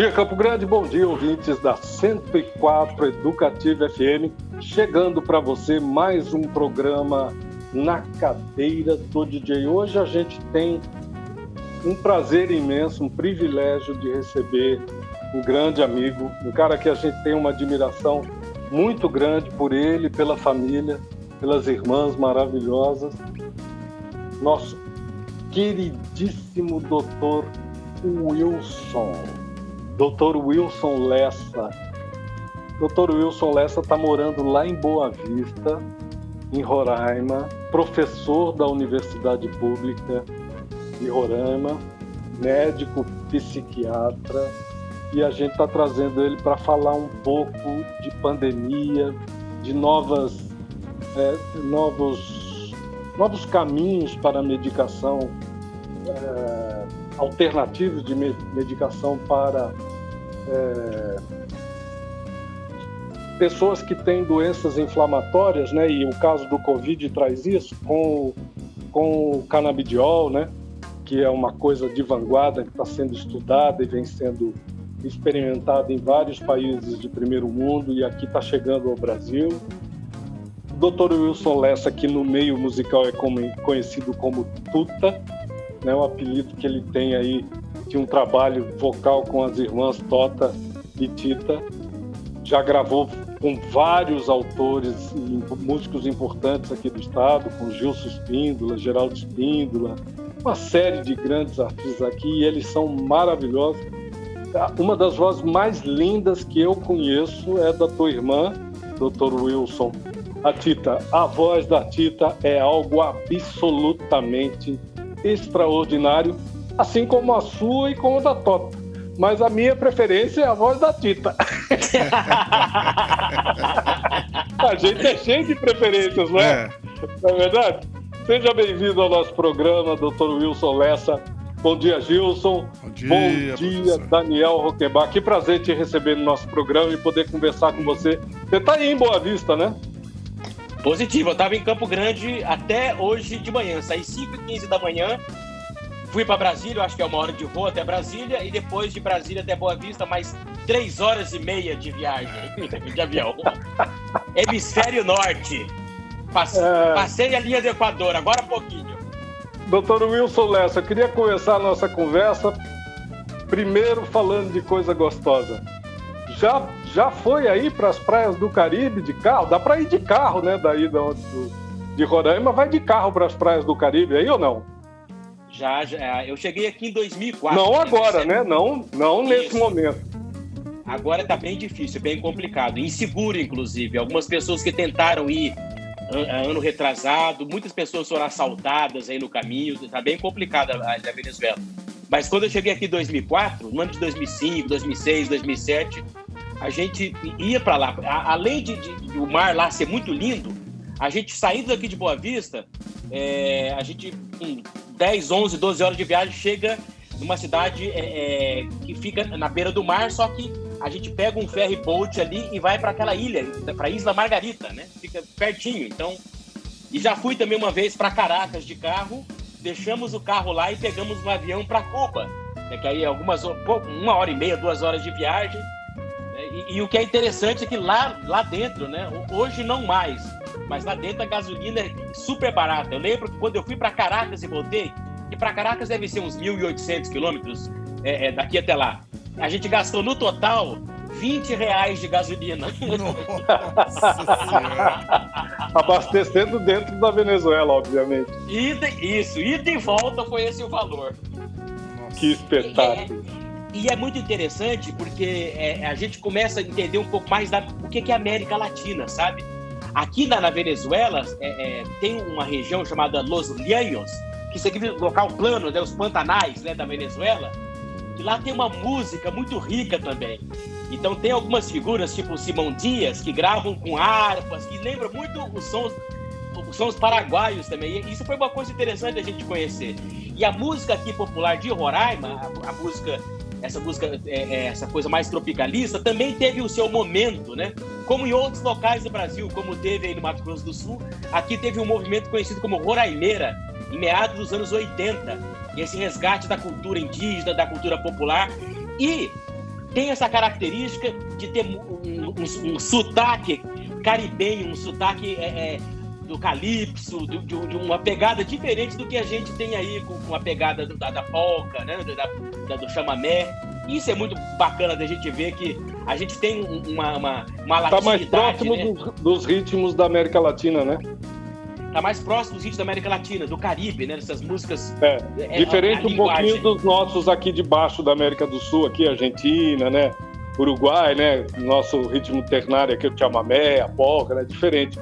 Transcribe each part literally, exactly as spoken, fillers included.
dia, Campo Grande, bom dia, ouvintes da cento e quatro Educativa F M, chegando para você mais um programa Na Cadeira do D J. Hoje a gente tem um prazer imenso, um privilégio de receber um grande amigo, um cara que a gente tem uma admiração muito grande por ele, pela família, pelas irmãs maravilhosas, nosso queridíssimo doutor Wilson. doutor Wilson Lessa. doutor Wilson Lessa está morando lá em Boa Vista, em Roraima, professor da Universidade Pública de Roraima, médico psiquiatra, e a gente está trazendo ele para falar um pouco de pandemia, de novas, é, novos, novos caminhos para a medicação, é, alternativos de medicação para é, pessoas que têm doenças inflamatórias, né? E o caso do Covid traz isso, com, com o canabidiol, né? Que é uma coisa de vanguarda que está sendo estudada e vem sendo experimentada em vários países de primeiro mundo, e aqui está chegando ao Brasil. O doutor Wilson Lessa, que no meio musical é como, conhecido como Tuta, né, o apelido que ele tem aí de um trabalho vocal com as irmãs Tota e Tita. Já gravou com vários autores e músicos importantes aqui do estado, com Gilson Espíndola, Geraldo Espíndola, uma série de grandes artistas aqui, e eles são maravilhosos. Uma das vozes mais lindas que eu conheço é da tua irmã, doutor Wilson, a Tita. A voz da Tita é algo absolutamente extraordinário, assim como a sua e como a da Tota. Mas a minha preferência é a voz da Tita. A gente é cheio de preferências, não é? Não é verdade? Seja bem-vindo ao nosso programa, doutor Wilson Lessa. Bom dia, Gilson. Bom dia, Bom dia Daniel Roquembar. Que prazer te receber no nosso programa e poder conversar com você. Você está aí em Boa Vista, né? Positivo, eu estava em Campo Grande até hoje de manhã. Saí cinco e quinze da manhã, fui para Brasília, acho que é uma hora de voo até Brasília, e depois de Brasília até Boa Vista, mais três horas e meia de viagem de avião. Hemisfério Norte. Passei, é... passei a linha do Equador, agora há pouquinho. doutor Wilson Lessa, eu queria começar a nossa conversa primeiro falando de coisa gostosa. Já, já foi aí para as praias do Caribe de carro? Dá para ir de carro, né? Daí do, do, de Roraima, vai de carro para as praias do Caribe aí ou não? Já, já. Eu cheguei aqui em dois mil e quatro. Não agora, né? Não, não nesse momento. Agora está bem difícil, bem complicado. Inseguro, inclusive. Algumas pessoas que tentaram ir ano retrasado, muitas pessoas foram assaltadas aí no caminho. Está bem complicada a, a Venezuela. Mas quando eu cheguei aqui em dois mil e quatro, no ano de dois mil e cinco, dois mil e seis, dois mil e sete, a gente ia para lá. A, além de, de, de o mar lá ser muito lindo, a gente saindo daqui de Boa Vista, é, a gente com dez, onze, doze horas de viagem chega numa cidade é, é, que fica na beira do mar, só que a gente pega um ferry boat ali e vai para aquela ilha, para a Isla Margarita, né? Fica pertinho. Então, e já fui também uma vez para Caracas de carro, deixamos o carro lá e pegamos um avião para Cuba, né? Que aí é algumas uma hora e meia, duas horas de viagem. Né? E, e o que é interessante é que lá, lá dentro, né? Hoje não mais, mas lá dentro a gasolina é super barata. Eu lembro que quando eu fui para Caracas e voltei, e para Caracas deve ser uns mil e oitocentos quilômetros é, é, daqui até lá. A gente gastou no total vinte reais de gasolina. Abastecendo dentro da Venezuela, obviamente. Ida, isso, ida e volta foi esse o valor. Que espetáculo. E é, e é muito interessante porque é, a gente começa a entender um pouco mais da, o que é América Latina, sabe? Aqui na, na Venezuela é, é, tem uma região chamada Los Llanos, que significa local plano, né, os pantanais, né, da Venezuela. E lá tem uma música muito rica também. Então tem algumas figuras, tipo o Simão Dias, que gravam com harpas, que lembram muito os sons, os sons paraguaios também. E isso foi uma coisa interessante a gente conhecer. E a música aqui popular de Roraima, a, a música, essa música, é, é, essa coisa mais tropicalista, também teve o seu momento, né? Como em outros locais do Brasil, como teve aí no Mato Grosso do Sul, aqui teve um movimento conhecido como Roraimeira, em meados dos anos oitenta. E esse resgate da cultura indígena, da cultura popular. E tem essa característica de ter um, um, um sotaque caribenho, um sotaque é, é, do calypso, de, de uma pegada diferente do que a gente tem aí com, com a pegada do, da, da polca, né? da, da, do chamamé. Isso é muito bacana da gente ver que a gente tem uma, uma, uma latinidade. Está mais próximo, né? dos, dos ritmos da América Latina, né? Está mais próximo dos ritmos da América Latina, do Caribe, né? Dessas músicas. É, é diferente a, a um pouquinho dos nossos aqui de baixo da América do Sul, aqui Argentina, né? Uruguai, né? Nosso ritmo ternário aqui, o chamamé, a polca, né? Diferente.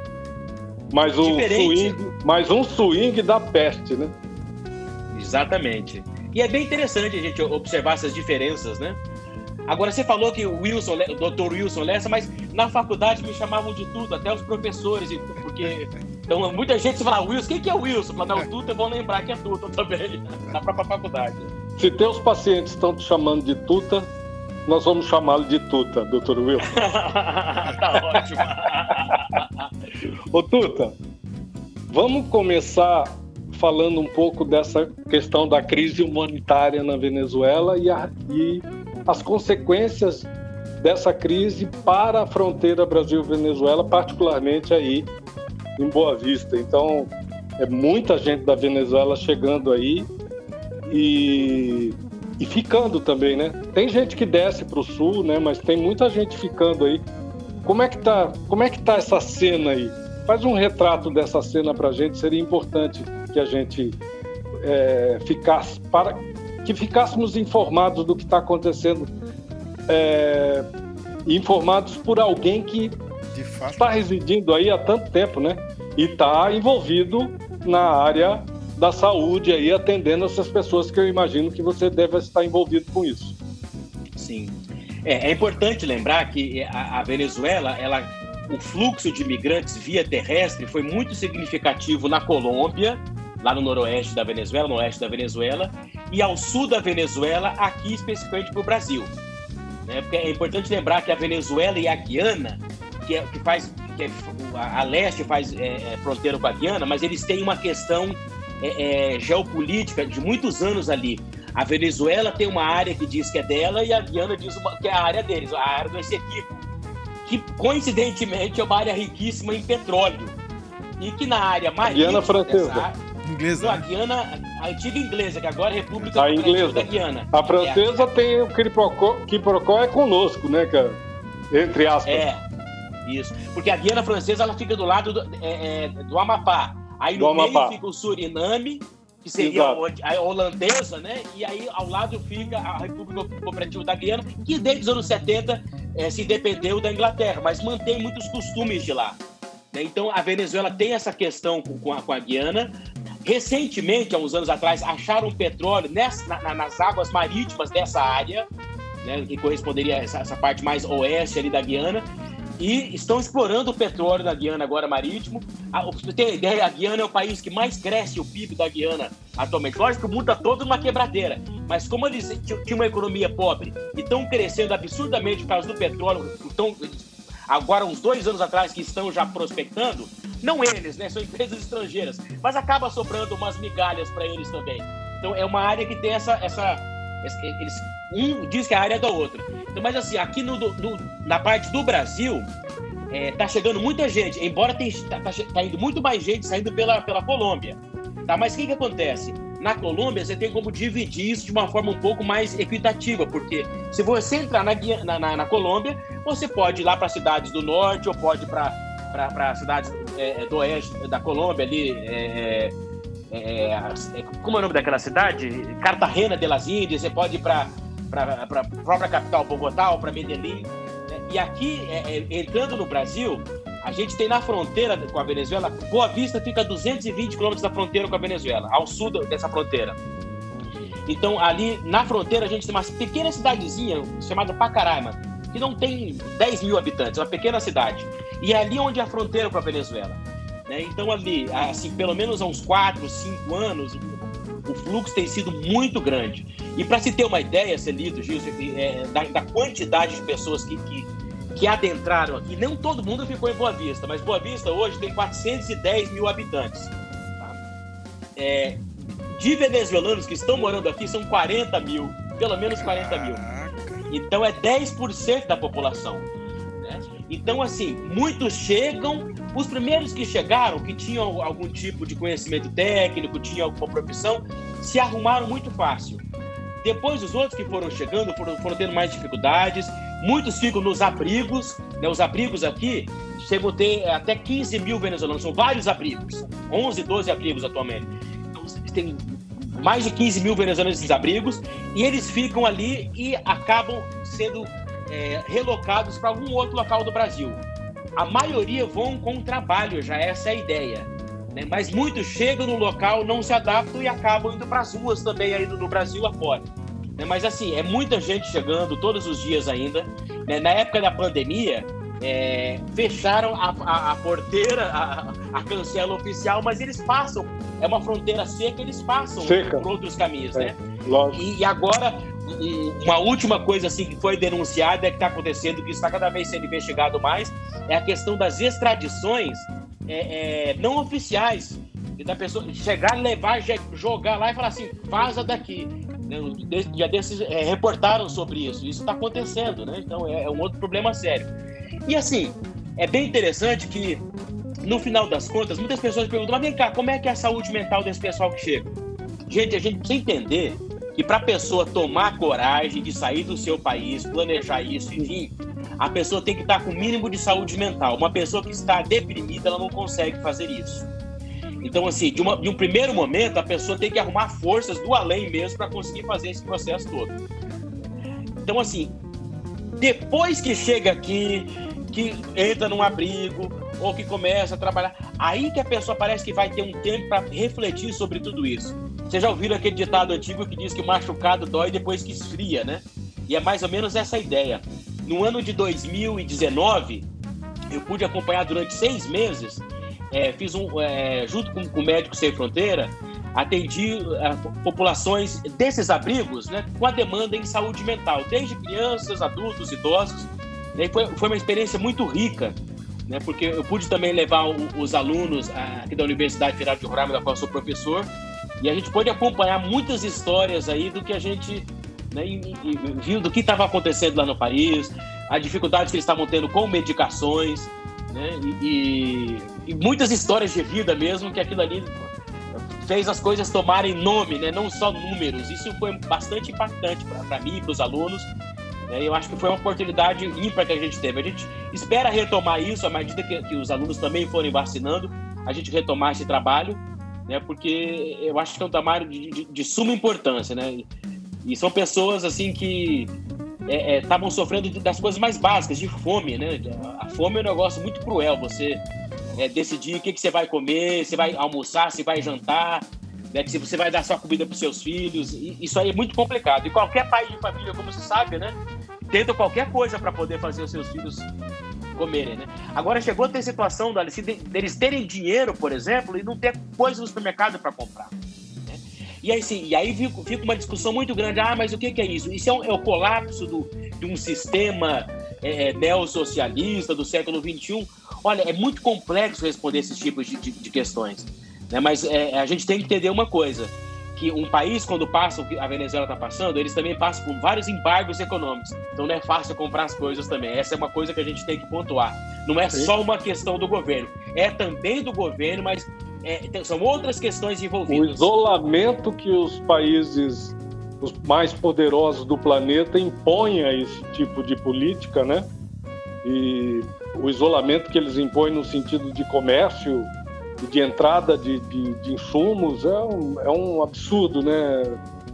Mas um swing, mais um swing da peste, né? Exatamente. E é bem interessante a gente observar essas diferenças, né? Agora, você falou que o Wilson, o doutor Wilson Lessa, mas na faculdade me chamavam de tudo, até os professores, porque então, muita gente se fala, Wilson, quem que é o Wilson? Fala, não, Tuta, vão lembrar que é Tuta também, na própria faculdade. Se teus pacientes estão te chamando de Tuta, nós vamos chamá-lo de Tuta, doutor Wilson. Tá ótimo. Ô, Tuta, vamos começar falando um pouco dessa questão da crise humanitária na Venezuela e, a, e as consequências dessa crise para a fronteira Brasil-Venezuela, particularmente aí em Boa Vista. Então, é muita gente da Venezuela chegando aí e, e ficando também, né? Tem gente que desce para o sul, né? Mas tem muita gente ficando aí. Como é que tá, como é que tá essa cena aí? Faz um retrato dessa cena para a gente, seria importante que a gente é, ficasse, para que ficássemos informados do que está acontecendo, é, informados por alguém que de fato está residindo aí há tanto tempo, né? E está envolvido na área da saúde aí, atendendo essas pessoas, que eu imagino que você deve estar envolvido com isso. Sim. É, é importante lembrar que a, a Venezuela, ela, o fluxo de imigrantes via terrestre foi muito significativo na Colômbia, lá no noroeste da Venezuela, no oeste da Venezuela, e ao sul da Venezuela, aqui especificamente para o Brasil. Né? Porque é importante lembrar que a Venezuela e a Guiana, que, é, que faz, que é, a, a leste faz é, é, fronteira com a Guiana, mas eles têm uma questão é, é, geopolítica de muitos anos ali. A Venezuela tem uma área que diz que é dela e a Guiana diz uma, que é a área deles, a área do Essequibo, que coincidentemente é uma área riquíssima em petróleo. E que na área marítima... Guiana Francesa. Inglesa. Não, a Guiana, a antiga inglesa, que agora é a República a inglesa. Da Guiana. A francesa é a... tem o quiprocó é conosco, né, cara? Entre aspas. É, isso. Porque a Guiana Francesa, ela fica do lado do, é, é, do Amapá. Aí no do meio Amapá. Fica o Suriname, que seria a holandesa, né? E aí ao lado fica a República Cooperativa da Guiana, que desde os anos setenta é, se independeu da Inglaterra, mas mantém muitos costumes de lá. Né? Então a Venezuela tem essa questão com, com, a, com a Guiana. Recentemente, há uns anos atrás, acharam petróleo nessa, na, nas águas marítimas dessa área, né, que corresponderia a essa, essa parte mais oeste ali da Guiana, e estão explorando o petróleo da Guiana agora marítimo. A, pra você ter ideia, a Guiana é o país que mais cresce o P I B da Guiana atualmente. Lógico que o mundo está todo numa quebradeira, mas como eles tinham uma economia pobre e estão crescendo absurdamente por causa do petróleo, então, agora uns dois anos atrás que estão já prospectando, não eles, né? São empresas estrangeiras, mas acaba sobrando umas migalhas para eles também. Então é uma área que tem essa, essa eles, um diz que a área é da outra. Então, mas assim, aqui no, no, na parte do Brasil, é, tá chegando muita gente, embora tenha, tá, tá, tá indo muito mais gente saindo pela, pela Colômbia, tá? Mas o que que acontece? Na Colômbia você tem como dividir isso de uma forma um pouco mais equitativa, porque se você entrar na, na, na, na Colômbia, você pode ir lá para cidades do norte ou pode ir para para cidades é, do oeste da Colômbia ali, é, é, é, como é o nome daquela cidade? Cartagena de las Indias. Você pode ir para a própria capital, Bogotá, ou para Medellín. Né? E aqui, é, é, entrando no Brasil, a gente tem na fronteira com a Venezuela, Boa Vista fica a duzentos e vinte quilômetros da fronteira com a Venezuela, ao sul dessa fronteira. Então, ali na fronteira, a gente tem uma pequena cidadezinha chamada Pacaraima, que não tem dez mil habitantes, é uma pequena cidade. E é ali onde é a fronteira com a Venezuela. Né? Então, ali, assim, pelo menos há uns quatro, cinco anos, o fluxo tem sido muito grande. E para se ter uma ideia, Celito, Gilson, é, da, da quantidade de pessoas que, que, que adentraram aqui, não todo mundo ficou em Boa Vista, mas Boa Vista hoje tem quatrocentos e dez mil habitantes. Tá? É, de venezuelanos que estão morando aqui, são quarenta mil, pelo menos quarenta mil. Então é dez por cento da população. Né? Então, assim, muitos chegam, os primeiros que chegaram, que tinham algum tipo de conhecimento técnico, tinham alguma profissão, se arrumaram muito fácil. Depois, os outros que foram chegando foram, foram tendo mais dificuldades. Muitos ficam nos abrigos, né? Os abrigos aqui chegam a ter até quinze mil venezuelanos, são vários abrigos, onze, doze abrigos atualmente. Então, tem mais de quinze mil venezuelanos nesses abrigos, e eles ficam ali e acabam sendo é, relocados para algum outro local do Brasil. A maioria vão com trabalho, já essa é a ideia. Né? Mas muitos chegam no local, não se adaptam e acabam indo para as ruas também aí no Brasil afora. Né? Mas assim, é muita gente chegando todos os dias ainda. Né? Na época da pandemia, é, fecharam a, a, a porteira, a, a cancela oficial, mas eles passam, é uma fronteira seca, eles passam seca. por outros caminhos. É, né? E, e agora, uma última coisa assim, que foi denunciada, é que está acontecendo, que está cada vez sendo investigado mais, é a questão das extradições É, é, não oficiais, e da pessoa chegar, levar, jogar lá e falar assim, vaza daqui. Já desses é, reportaram sobre isso, isso está acontecendo, né? Então é, é um outro problema sério. E assim, é bem interessante que no final das contas, muitas pessoas perguntam, mas vem cá, como é que é a saúde mental desse pessoal que chega? Gente, a gente precisa entender que para a pessoa tomar coragem de sair do seu país, planejar isso e vir, a pessoa tem que estar com o mínimo de saúde mental. Uma pessoa que está deprimida, ela não consegue fazer isso. Então, assim, de, uma, de um primeiro momento, a pessoa tem que arrumar forças do além mesmo para conseguir fazer esse processo todo. Então, assim, depois que chega aqui, que entra num abrigo, ou que começa a trabalhar, aí que a pessoa parece que vai ter um tempo para refletir sobre tudo isso. Vocês já ouviram aquele ditado antigo que diz que o machucado dói depois que esfria, né? E é mais ou menos essa a ideia. No ano de dois mil e dezenove, eu pude acompanhar durante seis meses, é, fiz um, é, junto com, com o Médicos Sem Fronteira, atendi é, populações desses abrigos, né, com a demanda em saúde mental, desde crianças, adultos, idosos. E foi, foi uma experiência muito rica, né, porque eu pude também levar o, os alunos aqui da Universidade Federal de Roraima, da qual eu sou professor, e a gente pôde acompanhar muitas histórias aí do que a gente... Né, e, e, viu do que estava acontecendo lá no país, as dificuldades que eles estavam tendo com medicações, né, e, e, e muitas histórias de vida mesmo, que aquilo ali fez as coisas tomarem nome, né, não só números. Isso foi bastante impactante para mim e para os alunos. Né, eu acho que foi uma oportunidade ímpar que a gente teve. A gente espera retomar isso à medida que, que os alunos também forem vacinando, a gente retomar esse trabalho, né, porque eu acho que é um trabalho de, de, de suma importância, né? E são pessoas assim que estavam é, é, sofrendo das coisas mais básicas, de fome, né? A fome é um negócio muito cruel, você é, decidir o que, que você vai comer, se vai almoçar, se vai jantar, né? Se você vai dar sua comida para os seus filhos. E isso aí é muito complicado. E qualquer pai de família, como você sabe, né? Tenta qualquer coisa para poder fazer os seus filhos comerem, né? Agora chegou a ter situação deles terem dinheiro, por exemplo, e não ter coisa no supermercado para comprar. E aí, sim, e aí fica uma discussão muito grande. Ah, mas o que, que é isso? Isso é, um, é o colapso do, de um sistema é, neossocialista do século vinte e um? Olha, é muito complexo responder esses tipos de, de, de questões. Né? Mas é, a gente tem que entender uma coisa, que um país, quando passa o que a Venezuela está passando, eles também passam por vários embargos econômicos. Então não é fácil comprar as coisas também. Essa é uma coisa que a gente tem que pontuar. Não é só uma questão do governo. É também do governo, mas... É, são outras questões envolvidas. O isolamento que os países, os mais poderosos do planeta, impõem a esse tipo de política, né? E o isolamento que eles impõem no sentido de comércio e de entrada de, de, de insumos é um, é um absurdo, né,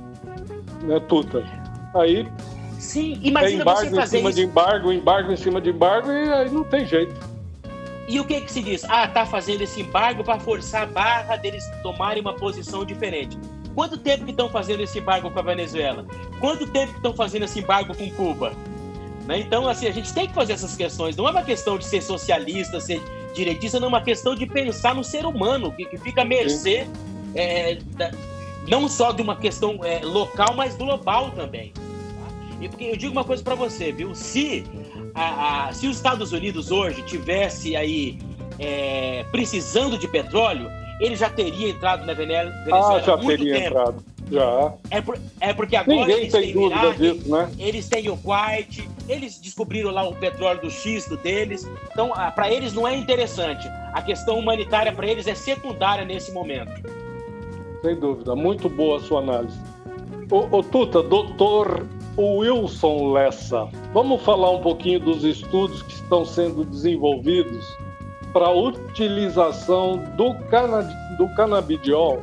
né Tuta? Aí, sim, imagina é embargo você fazer em cima isso. de embargo, embargo em cima de embargo, e aí não tem jeito. E o que que se diz? Ah, tá fazendo esse embargo para forçar a barra deles tomarem uma posição diferente. Quanto tempo que estão fazendo esse embargo com a Venezuela? Quanto tempo que estão fazendo esse embargo com Cuba? Né? Então, assim, a gente tem que fazer essas questões. Não é uma questão de ser socialista, ser direitista, não é uma questão de pensar no ser humano, que, que fica à mercê, é, da, não só de uma questão é, local, mas global também. Tá? E porque eu digo uma coisa para você, viu? Se... A, a, se os Estados Unidos hoje tivesse aí é, precisando de petróleo, ele já teria entrado na Venezuela ah, já há muito teria tempo. Entrado. Já. É, por, é porque agora Ninguém eles tem têm dúvida vinagre, disso, né? eles têm o Kuwait, eles descobriram lá o petróleo do xisto deles. Então, para eles não é interessante. A questão humanitária para eles é secundária nesse momento. Sem dúvida. Muito boa a sua análise. Ô, ô Tuta, doutor Wilson Lessa, vamos falar um pouquinho dos estudos que estão sendo desenvolvidos para a utilização do, cana, do canabidiol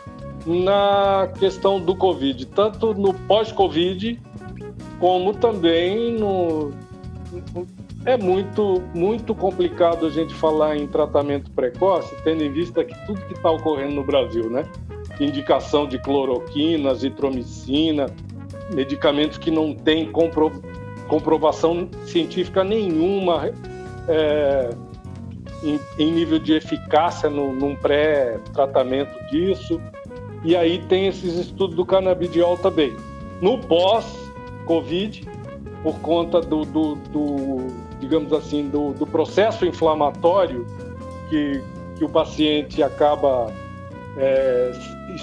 na questão do Covid, tanto no pós-Covid, como também no... É muito, muito complicado a gente falar em tratamento precoce, tendo em vista que tudo que está ocorrendo no Brasil, né? Indicação de cloroquina, azitromicina, medicamentos que não têm compro... comprovação científica nenhuma é... em, em nível de eficácia no, num pré-tratamento disso. E aí tem esses estudos do canabidiol também. No pós-Covid, por conta do, do, do digamos assim, do, do processo inflamatório que, que o paciente acaba é,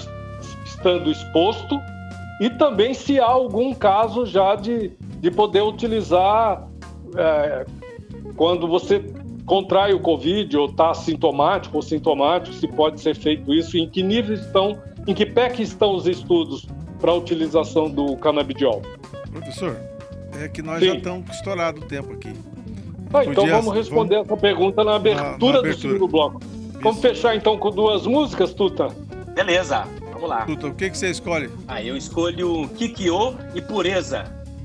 estando exposto, e também se há algum caso já de, de poder utilizar é, quando você contrai o Covid ou está sintomático ou sintomático, se pode ser feito isso, em que nível estão, em que pé que estão os estudos para a utilização do canabidiol? Professor, é que nós Sim. já estamos estourado o tempo aqui. Ah, então Podia- vamos responder vamos- essa pergunta na abertura, Na- na do abertura. segundo bloco. Vamos Isso. fechar então com duas músicas, Tuta? Beleza, vamos lá. Tuta, o que, que você escolhe? Ah, eu escolho Kikyo e Pureza.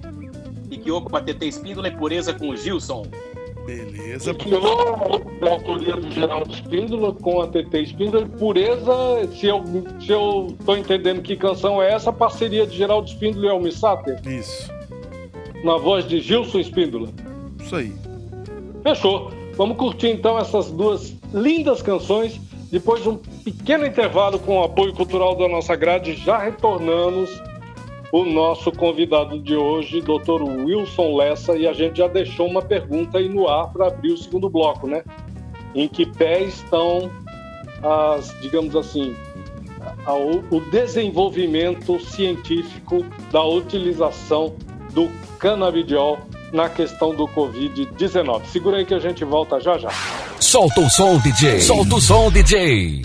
Kikyo com a T T Espíndola e Pureza com o Gilson. Beleza. Que da autoria do Geraldo Espíndola com a T T Espíndola. E Pureza, se eu se eu estou entendendo que canção é essa, parceria de Geraldo Espíndola e Almi Sater, Isso. na voz de Gilson Espíndola. Isso aí. Fechou. Vamos curtir então essas duas lindas canções. Depois de um pequeno intervalo com o apoio cultural da nossa grade, já retornamos o nosso convidado de hoje, doutor Wilson Lessa, e a gente já deixou uma pergunta aí no ar para abrir o segundo bloco, né? Em que pé estão as, digamos assim, a- o o desenvolvimento científico da utilização do canabidiol na questão do covid dezenove. Segura aí que a gente volta já já. Solta o som, D J. Solta o som, D J.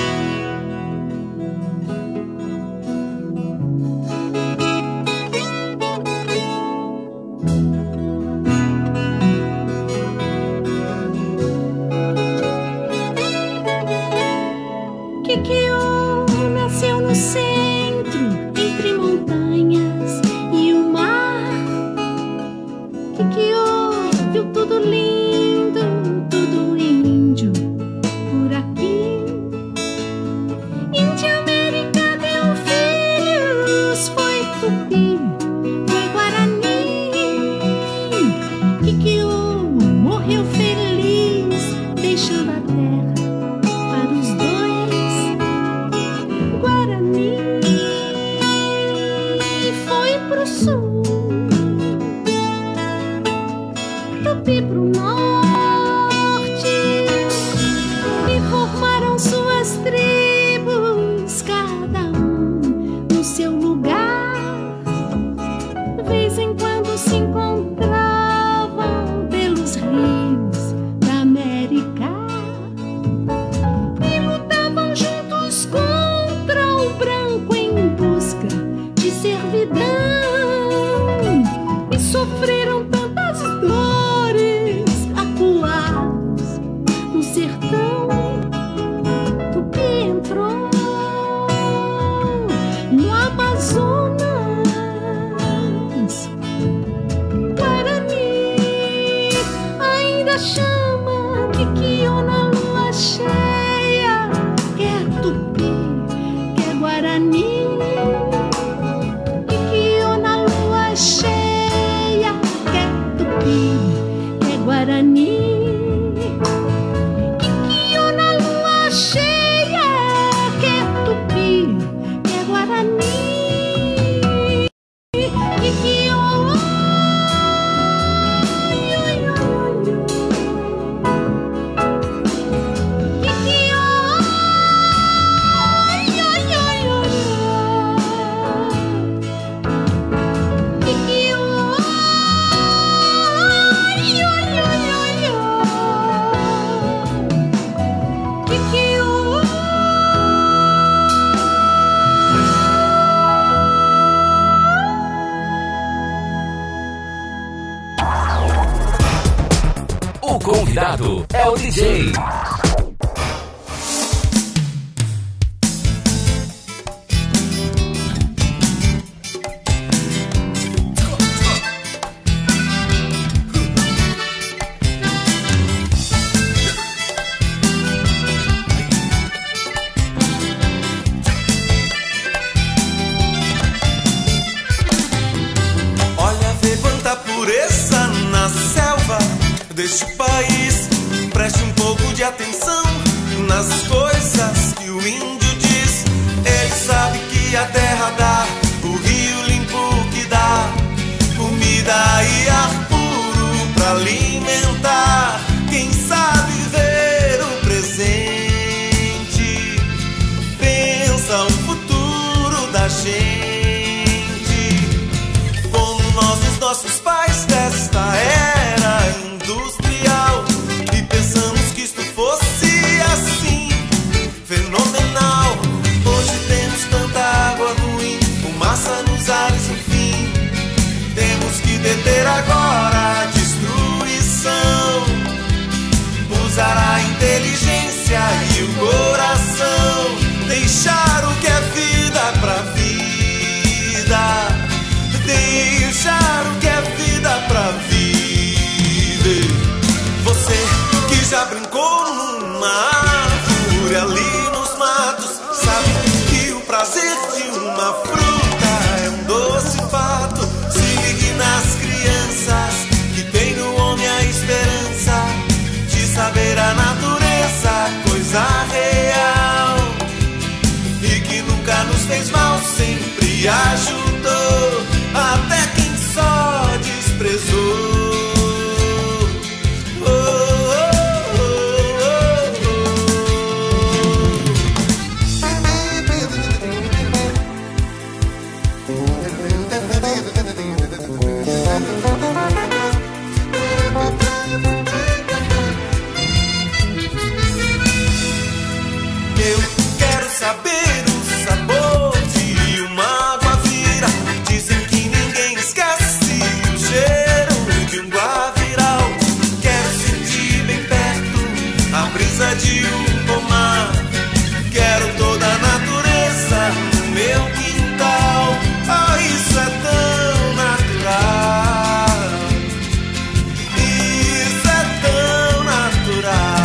Kikyo nasceu no centro, entre montanhas e o mar. Kikyo viu tudo lindo, tudo índio por aqui. Índia América deu filhos, foi Tupi, foi Guarani. Kikyo morreu feliz, deixando a terra para os dois. Guarani foi pro sul, Tupi pro norte, e formaram suas tribos, cada um no seu lugar. Vez em quando se encontravam pelos rios da América e lutavam juntos contra o branco em busca de servidão, e sofreram tantas dores acuados no sertão. Tupi entrou no Amazonas, Guarani ainda chama Kikyo na lua cheia. Quer Tupi, quer Guarani, Kikyo na lua cheia. Quer Tupi, quer Guarani, Kikyo na lua cheia. Quer Tupi, quer Guarani, Kikyo. Kikyo. convidado é o D J. Deste país, preste um pouco de atenção nas coisas que o índio diz. Ele sabe que a terra dá, o rio limpo que dá comida e ar puro pra alimentar. Quem sabe ver o presente, pensa o futuro da gente. Como nós, os nossos pais desta era industrial, e pensamos que isto fosse assim, fenomenal. Hoje temos tanta água ruim, fumaça nos ares, enfim. Temos que deter agora a destruição, usar a inteligência e o coração, deixar o que é vida pra vida, deixar o que é vida pra vida. Você que já brincou numa árvore ali nos matos, sabe que o prazer de uma fruta é um doce fato. Se ligue nas crianças que tem no homem a esperança de saber a natureza, coisa real, e que nunca nos fez mal, sempre ajudou até quem só desprezou. Saber o sabor de uma guavira. Dizem que ninguém esquece o cheiro de um guaviral. Quero sentir bem perto a brisa de um pomar. Quero toda a natureza no meu quintal. Ah, isso é tão natural, isso é tão natural.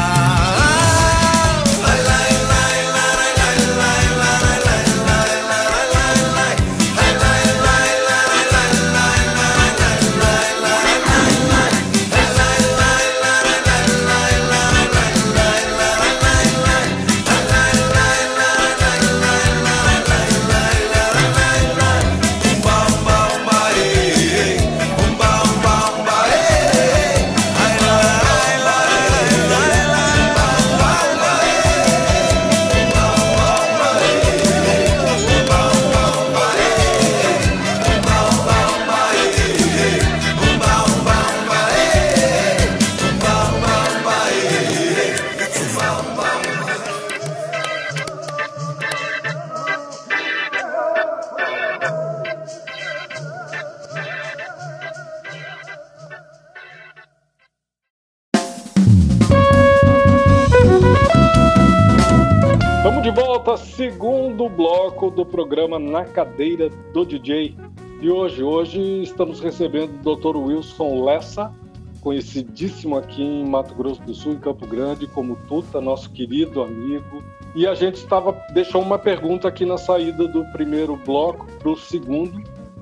Segundo bloco do programa Na Cadeira do D J de hoje. Hoje estamos recebendo o doutor Wilson Lessa, conhecidíssimo aqui em Mato Grosso do Sul, em Campo Grande, como Tuta, nosso querido amigo. E a gente estava, deixou uma pergunta aqui na saída do primeiro bloco para o segundo,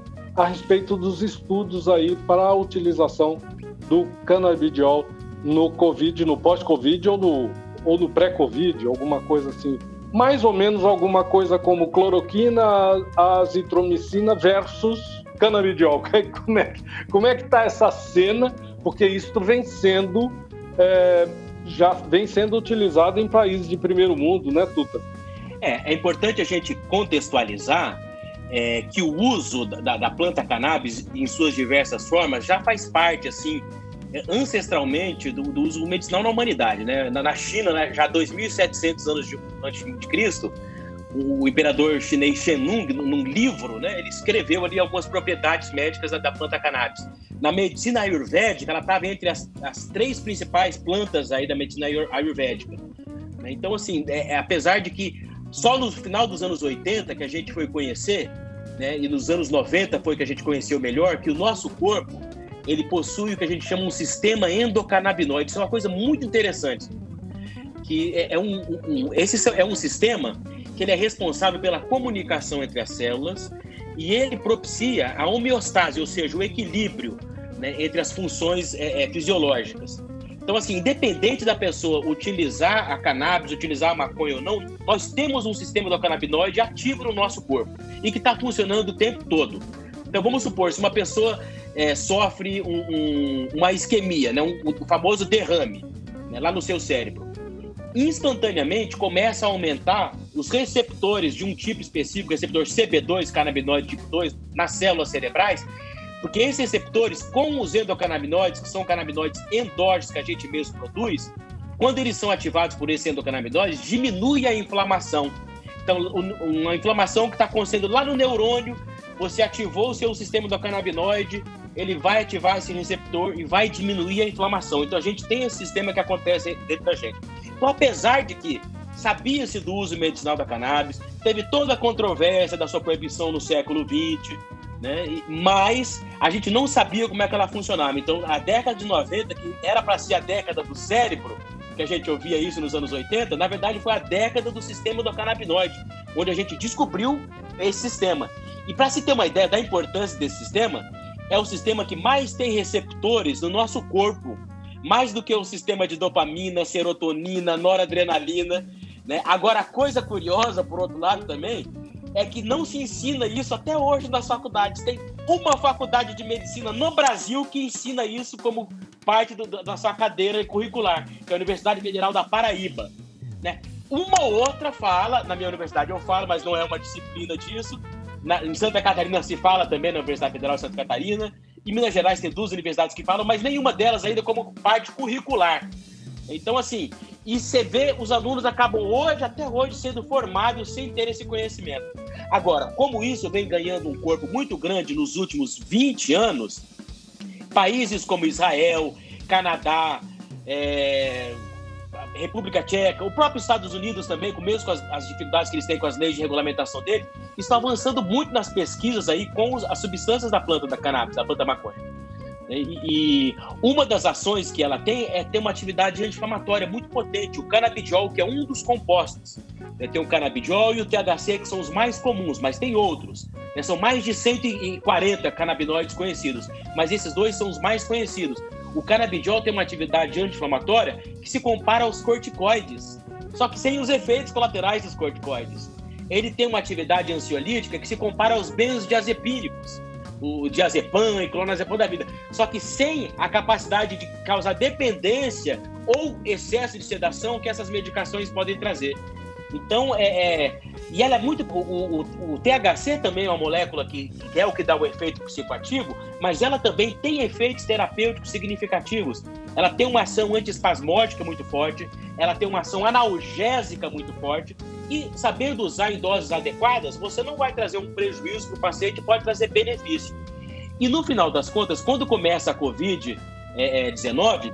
a respeito dos estudos aí para a utilização do canabidiol no Covid, no pós-Covid ou no, ou no pré-Covid, alguma coisa assim. Mais ou menos alguma coisa como cloroquina, azitromicina versus canabidiol. Como é, como é que está essa cena? Porque isso vem sendo, é, já vem sendo utilizado em países de primeiro mundo, né, Tuta? É, é importante a gente contextualizar é, que o uso da, da planta cannabis em suas diversas formas já faz parte, assim, ancestralmente do, do uso medicinal na humanidade, né? Na, na China, né, já há dois mil e setecentos anos de, antes de Cristo, o imperador chinês Shenung, num livro, né, ele escreveu ali algumas propriedades médicas da, da planta cannabis. Na medicina ayurvédica, ela estava entre as, as três principais plantas aí da medicina ayurvédica. Então, assim, é, é, apesar de que só no final dos anos oitenta que a gente foi conhecer, né, e nos anos noventa foi que a gente conheceu melhor, que o nosso corpo, ele possui o que a gente chama um sistema endocannabinoide. Isso é uma coisa muito interessante. Que é, é um, um, esse é um sistema que ele é responsável pela comunicação entre as células e ele propicia a homeostase, ou seja, o equilíbrio, né, entre as funções é, é, fisiológicas. Então, assim, independente da pessoa utilizar a cannabis, utilizar a maconha ou não, nós temos um sistema endocannabinoide ativo no nosso corpo e que está funcionando o tempo todo. Então, vamos supor, se uma pessoa é, sofre um, um, uma isquemia, né, um, o famoso derrame, né, lá no seu cérebro, instantaneamente começa a aumentar os receptores de um tipo específico, receptor C B dois, canabinoide tipo dois, nas células cerebrais, porque esses receptores, com os endocannabinoides, que são canabinoides endógenos que a gente mesmo produz, quando eles são ativados por esses endocannabinoides, diminui a inflamação. Então, uma inflamação que está acontecendo lá no neurônio, você ativou o seu sistema endocannabinoide, ele vai ativar esse receptor e vai diminuir a inflamação. Então, a gente tem esse sistema que acontece dentro da gente. Então, apesar de que sabia-se do uso medicinal da cannabis, teve toda a controvérsia da sua proibição no século vinte, né? Mas a gente não sabia como é que ela funcionava. Então, a década de noventa, que era para ser a década do cérebro, que a gente ouvia isso nos anos oitenta, na verdade foi a década do sistema endocannabinoide, onde a gente descobriu esse sistema. E para se ter uma ideia da importância desse sistema, é o sistema que mais tem receptores no nosso corpo, mais do que o sistema de dopamina, serotonina, noradrenalina, né? Agora, a coisa curiosa, por outro lado também, é que não se ensina isso até hoje nas faculdades. Tem uma faculdade de medicina no Brasil que ensina isso como parte do, da sua cadeira curricular, que é a Universidade Federal da Paraíba, né? Uma ou outra fala, na minha universidade eu falo, mas não é uma disciplina disso. Na, em Santa Catarina se fala também, na Universidade Federal de Santa Catarina. Em Minas Gerais tem duas universidades que falam, mas nenhuma delas ainda como parte curricular. Então, assim, e você vê, os alunos acabam hoje, até hoje, sendo formados sem ter esse conhecimento. Agora, como isso vem ganhando um corpo muito grande nos últimos vinte anos, países como Israel, Canadá, é, República Tcheca, o próprio Estados Unidos também, com mesmo com as, as dificuldades que eles têm com as leis de regulamentação dele, estão avançando muito nas pesquisas aí com os, as substâncias da planta da cannabis, da planta maconha. E, e uma das ações que ela tem é ter uma atividade anti-inflamatória muito potente, o canabidiol, que é um dos compostos. Tem o canabidiol e o T H C, que são os mais comuns, mas tem outros. São mais de cento e quarenta canabinoides conhecidos, mas esses dois são os mais conhecidos. O canabidiol tem uma atividade anti-inflamatória que se compara aos corticoides, só que sem os efeitos colaterais dos corticoides. Ele tem uma atividade ansiolítica que se compara aos benzodiazepínicos, o diazepam e clonazepam da vida, só que sem a capacidade de causar dependência ou excesso de sedação que essas medicações podem trazer. Então, é, é e ela é muito... O, o, o T H C também é uma molécula que, que é o que dá o efeito psicoativo, mas ela também tem efeitos terapêuticos significativos. Ela tem uma ação antiespasmódica muito forte, ela tem uma ação analgésica muito forte, e sabendo usar em doses adequadas, você não vai trazer um prejuízo para o paciente, pode trazer benefício. E no final das contas, quando começa a covid dezenove,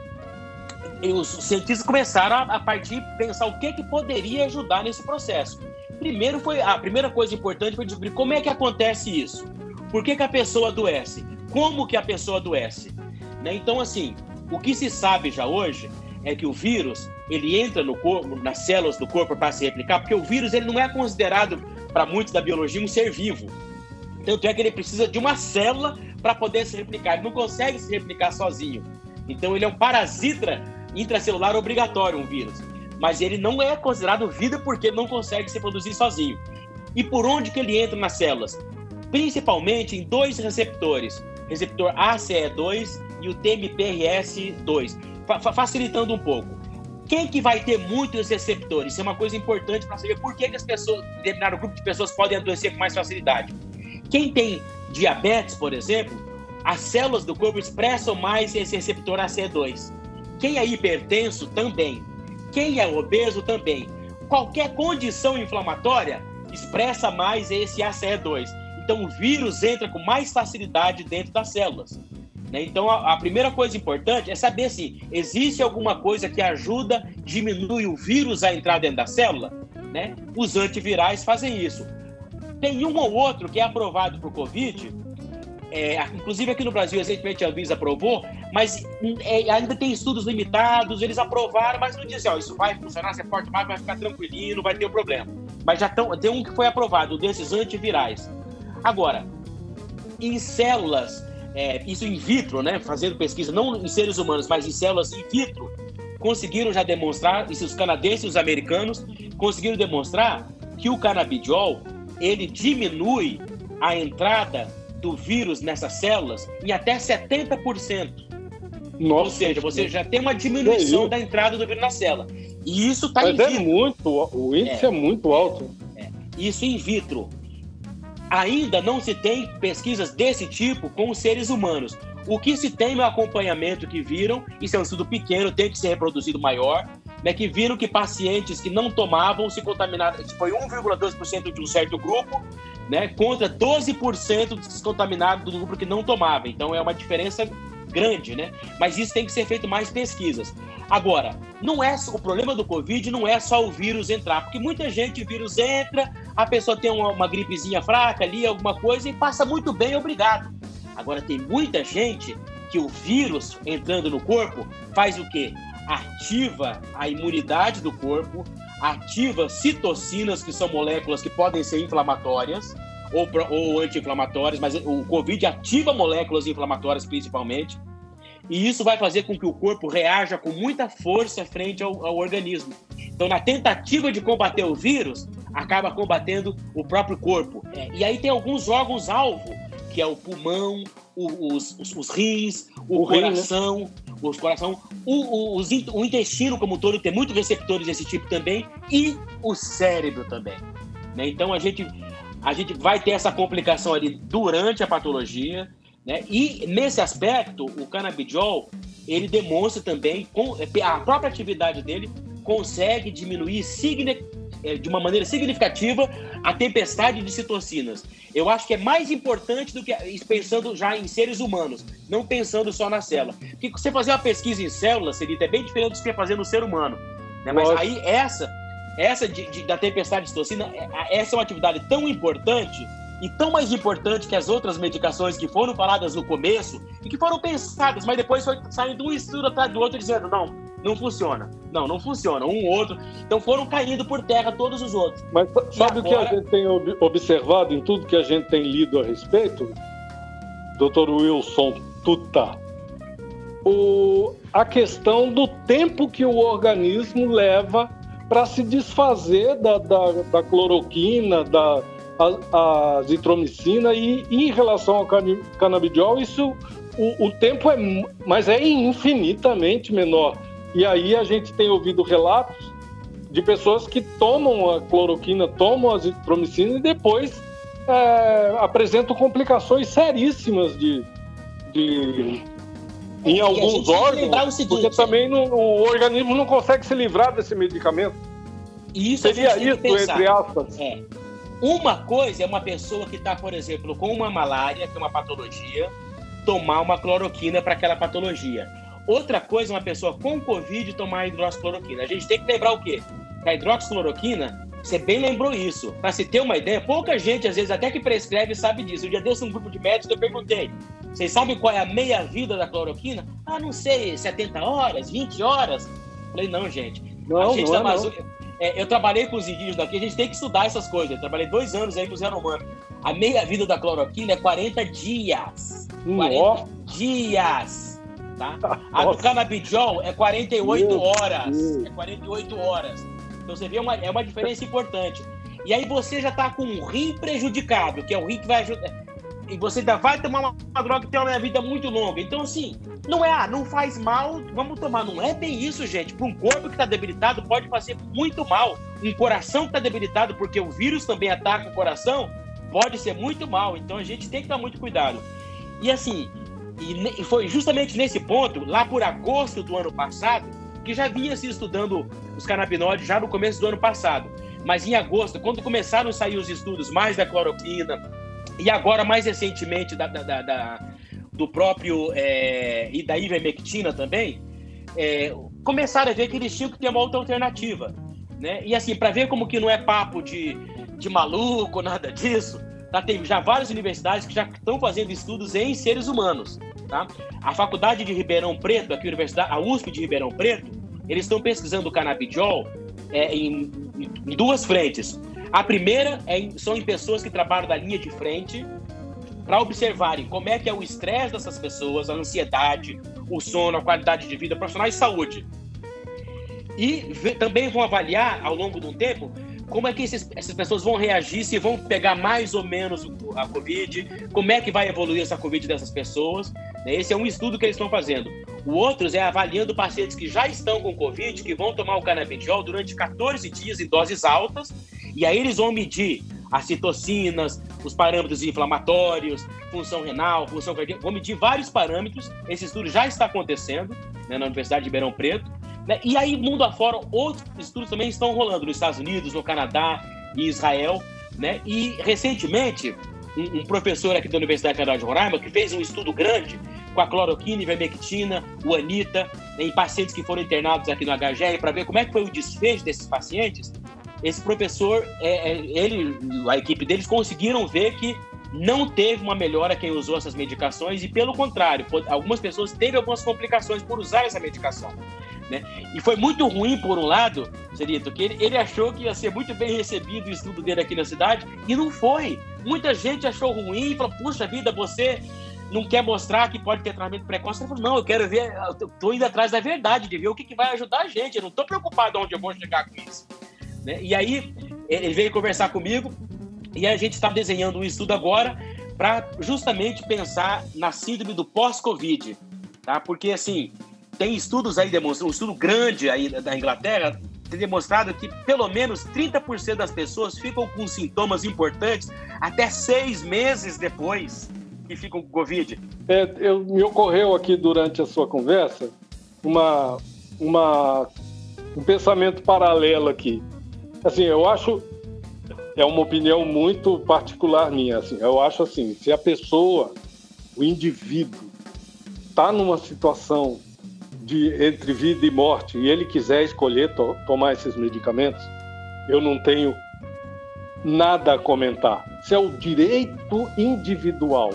os cientistas começaram a, a partir pensar o que, que poderia ajudar nesse processo. Primeiro foi, a primeira coisa importante foi descobrir como é que acontece isso. Por que, que a pessoa adoece? Como que a pessoa adoece? Né? Então, assim, o que se sabe já hoje é que o vírus, ele entra no corpo, nas células do corpo para se replicar, porque o vírus ele não é considerado, para muitos da biologia, um ser vivo. Tanto é que ele precisa de uma célula para poder se replicar. Ele não consegue se replicar sozinho. Então, ele é um parasita intracelular obrigatório, um vírus. Mas ele não é considerado vida porque ele não consegue se produzir sozinho. E por onde que ele entra nas células? Principalmente em dois receptores, receptor A C E dois e o T M P R S dois, fa- facilitando um pouco. Quem que vai ter muitos receptores? Isso é uma coisa importante para saber por que, que as pessoas, determinado grupo de pessoas podem adoecer com mais facilidade. Quem tem diabetes, por exemplo, as células do corpo expressam mais esse receptor A C E dois. Quem é hipertenso, também. Quem é obeso, também. Qualquer condição inflamatória expressa mais esse A C E dois. Então, o vírus entra com mais facilidade dentro das células. Né? Então, a, a primeira coisa importante é saber se existe alguma coisa que ajuda, diminui o vírus a entrar dentro da célula. Né? Os antivirais fazem isso. Tem um ou outro que é aprovado para o Covid, é, inclusive aqui no Brasil, recentemente a Anvisa aprovou, mas é, ainda tem estudos limitados, eles aprovaram, mas não dizem, ó, isso vai funcionar, você pode mais, vai ficar tranquilinho, não vai ter um problema. Mas já tão, tem um que foi aprovado, desses antivirais. Agora, em células, é, isso in vitro, né, fazendo pesquisa, não em seres humanos, mas em células in vitro, conseguiram já demonstrar, isso os canadenses e os americanos, conseguiram demonstrar que o canabidiol, ele diminui a entrada do vírus nessas células em até setenta por cento. Nossa, ou seja, você já tem uma diminuição da entrada do vírus na célula. E isso está em vitro. Mas é muito, o índice é, é muito alto. É, isso in vitro. Ainda não se tem pesquisas desse tipo com os seres humanos. O que se tem no acompanhamento que viram, isso é um estudo pequeno, tem que ser reproduzido maior, né, que viram que pacientes que não tomavam se contaminaram, foi um vírgula dois por cento de um certo grupo, né, contra doze por cento dos contaminados do grupo que não tomava. Então é uma diferença grande, né? Mas isso tem que ser feito mais pesquisas. Agora, não é o problema do Covid não é só o vírus entrar, porque muita gente, o vírus entra, a pessoa tem uma, uma gripezinha fraca ali, alguma coisa, e passa muito bem, obrigado. Agora, tem muita gente que o vírus entrando no corpo faz o quê? Ativa a imunidade do corpo, ativa citocinas, que são moléculas que podem ser inflamatórias ou, ou anti-inflamatórias, mas o Covid ativa moléculas inflamatórias principalmente, e isso vai fazer com que o corpo reaja com muita força frente ao, ao organismo. Então, na tentativa de combater o vírus, acaba combatendo o próprio corpo. É, e aí tem alguns órgãos-alvo, que é o pulmão, o, os, os, os rins, o, o coração, rim, né? os coração o, o, os, o intestino como um todo tem muitos receptores desse tipo também, e o cérebro também. Né? Então, a gente, a gente vai ter essa complicação ali durante a patologia, né? E nesse aspecto, o canabidiol, ele demonstra também, com a própria atividade dele, consegue diminuir de uma maneira significativa a tempestade de citocinas. Eu acho que é mais importante do que pensando já em seres humanos, não pensando só na célula. Porque você fazer uma pesquisa em células, Celita, é bem diferente do que você fazer no ser humano. Né? Mas Nossa. aí essa, essa de, de, da tempestade de citocina, essa é uma atividade tão importante e tão mais importante que as outras medicações que foram faladas no começo e que foram pensadas, mas depois foi saindo um estudo atrás do outro dizendo, não, não funciona. Não, não funciona. Um ou outro. Então foram caindo por terra todos os outros. Mas sabe o agora... que a gente tem observado em tudo que a gente tem lido a respeito? doutor Wilson Tuta. O... A questão do tempo que o organismo leva para se desfazer da, da, da cloroquina, da a, a azitromicina, e, e em relação ao canabidiol, isso, o, o tempo é, mas é infinitamente menor. E aí a gente tem ouvido relatos de pessoas que tomam a cloroquina, tomam a azitromicina e depois é, apresentam complicações seríssimas de, de em alguns órgãos, seguinte, porque também não, o organismo não consegue se livrar desse medicamento. Isso Seria isso, entre aspas. É. Uma coisa é uma pessoa que está, por exemplo, com uma malária, que é uma patologia, tomar uma cloroquina para aquela patologia. Outra coisa é uma pessoa com Covid tomar hidroxicloroquina. A gente tem que lembrar o quê? Que a hidroxicloroquina, você bem lembrou isso. Para se ter uma ideia, pouca gente, às vezes, até que prescreve, sabe disso. Um dia desse, um grupo de médicos, eu perguntei, vocês sabem qual é a meia-vida da cloroquina? Ah, não sei, setenta horas, vinte horas? Falei, não, gente. Não, a gente não tá é, mais... não. É, eu trabalhei com os indígenas daqui, a gente tem que estudar essas coisas. Eu trabalhei dois anos aí com os Yanomami. A meia-vida da cloroquina é quarenta dias. quarenta Nossa. dias. Tá? A do canabidiol é quarenta e oito horas. É quarenta e oito horas. Então você vê, é uma, é uma diferença importante. E aí você já está com um rim prejudicado, que é o rim que vai ajudar. E você ainda vai tomar uma, uma droga que tem uma vida muito longa. Então, assim, não é, ah, não faz mal, vamos tomar. Não é bem isso, gente. Para um corpo que está debilitado, pode fazer muito mal. Um coração que está debilitado, porque o vírus também ataca o coração, pode ser muito mal. Então, a gente tem que dar muito cuidado. E, assim, e foi justamente nesse ponto, lá por agosto do ano passado, que já vinha se estudando os canabinoides já no começo do ano passado. mas em agosto, quando começaram a sair os estudos mais da cloroquina, e agora mais recentemente da, da, da, da, do próprio, é, e da ivermectina também, é, começaram a ver que eles tinham que ter uma outra alternativa, né? E assim, para ver como que não é papo de, de maluco, nada disso, tá? Tem já várias universidades que já estão fazendo estudos em seres humanos, tá? A Faculdade de Ribeirão Preto, aqui a, Universidade, a U S P de Ribeirão Preto, eles estão pesquisando o canabidiol é, em, em duas frentes. A primeira é em, são em pessoas que trabalham da linha de frente, para observarem como é que é o estresse dessas pessoas, a ansiedade, o sono, a qualidade de vida, profissionais de saúde. E v- também vão avaliar, ao longo de um tempo, como é que esses, essas pessoas vão reagir, se vão pegar mais ou menos a Covid, como é que vai evoluir essa Covid dessas pessoas. Esse é um estudo que eles estão fazendo. O outro é avaliando pacientes que já estão com Covid, que vão tomar o canabidiol durante catorze dias em doses altas, e aí eles vão medir as citocinas, os parâmetros inflamatórios, função renal, função cardíaca, vão medir vários parâmetros. Esse estudo já está acontecendo, né, na Universidade de Ribeirão Preto, né? E aí, mundo afora, outros estudos também estão rolando nos Estados Unidos, no Canadá e Israel, né? E, recentemente, um, um professor aqui da Universidade Federal de Roraima, que fez um estudo grande com a cloroquina, ivermectina, o Anita, né, em pacientes que foram internados aqui no H G R, para ver como é que foi o desfecho desses pacientes. Esse professor, é, é, ele, a equipe deles conseguiram ver que não teve uma melhora quem usou essas medicações e, pelo contrário, algumas pessoas teve algumas complicações por usar essa medicação, né? E foi muito ruim, por um lado, Celito, que ele, ele achou que ia ser muito bem recebido o estudo dele aqui na cidade, e não foi. Muita gente achou ruim e falou, puxa vida, você não quer mostrar que pode ter tratamento precoce? Ele falou, não, eu quero ver, eu tô indo atrás da verdade, de ver o que, que vai ajudar a gente, eu não tô preocupado onde eu vou chegar com isso, né? E aí, ele veio conversar comigo, e a gente está desenhando um estudo agora para justamente pensar na síndrome do pós-Covid, tá? Porque, assim, tem estudos aí demonstrando, um estudo grande aí da Inglaterra, tem demonstrado que pelo menos trinta por cento das pessoas ficam com sintomas importantes até seis meses depois que ficam com Covid. É, eu, me ocorreu aqui durante a sua conversa uma, uma, um pensamento paralelo aqui. Assim, eu acho, é uma opinião muito particular minha, assim, eu acho assim, se a pessoa, o indivíduo, está numa situação de entre vida e morte e ele quiser escolher to- tomar esses medicamentos, eu não tenho nada a comentar. Isso é o direito individual.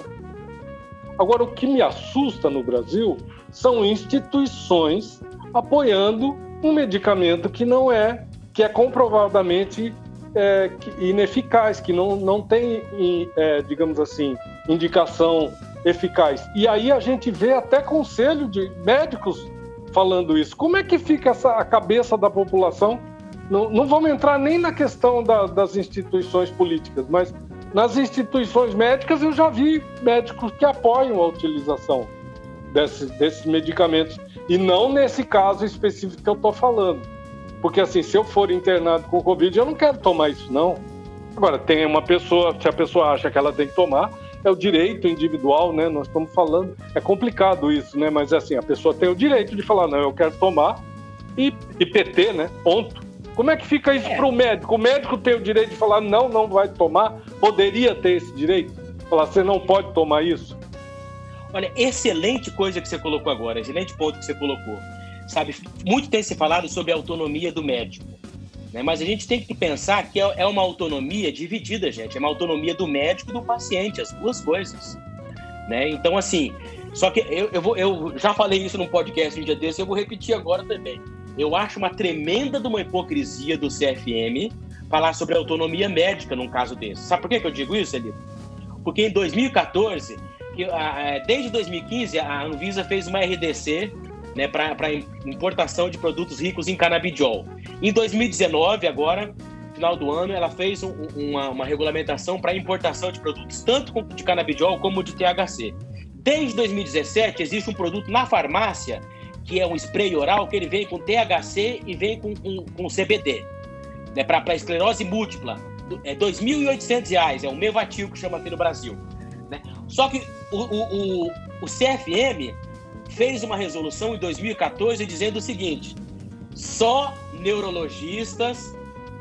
Agora, o que me assusta no Brasil são instituições apoiando um medicamento que não é, que é comprovadamente é, ineficaz, que não, não tem, é, digamos assim, indicação eficaz. E aí a gente vê até conselho de médicos falando isso. Como é que fica essa, a cabeça da população? Não, não vamos entrar nem na questão da, das instituições políticas, mas nas instituições médicas eu já vi médicos que apoiam a utilização desses, desses medicamentos. E não nesse caso específico que eu estou falando. Porque assim, se eu for internado com Covid, eu não quero tomar isso, não. Agora, tem uma pessoa, se a pessoa acha que ela tem que tomar, é o direito individual, né? Nós estamos falando, é complicado isso, né? Mas assim, a pessoa tem o direito de falar, não, eu quero tomar e, e P T, né? Ponto. Como é que fica isso é. para o médico? O médico tem o direito de falar, não, não vai tomar? Poderia ter esse direito? Falar, você não pode tomar isso? Olha, excelente coisa que você colocou agora, excelente ponto que você colocou. Sabe, muito tem se falado sobre a autonomia do médico, né? Mas a gente tem que pensar que é uma autonomia dividida, gente. É uma autonomia do médico e do paciente, as duas coisas, né? Então, assim, só que eu, eu, vou, eu já falei isso num podcast um dia desse, eu vou repetir agora também. Eu acho uma tremenda de uma hipocrisia do C F M falar sobre autonomia médica num caso desse. Sabe por que que eu digo isso, Elito? Porque em dois mil e catorze, que, a, desde dois mil e quinze, a Anvisa fez uma R D C, né, para importação de produtos ricos em canabidiol. Em dois mil e dezenove, agora, no final do ano, ela fez um, uma, uma regulamentação para importação de produtos tanto de canabidiol como de T H C. Desde dois mil e dezessete, existe um produto na farmácia, que é um spray oral, que ele vem com T H C e vem com, com, com C B D, né, para esclerose múltipla. É dois mil e oitocentos reais, é um Mevatil que chama aqui no Brasil, né? Só que o, o, o, o C F M fez uma resolução em dois mil e catorze dizendo o seguinte: só neurologistas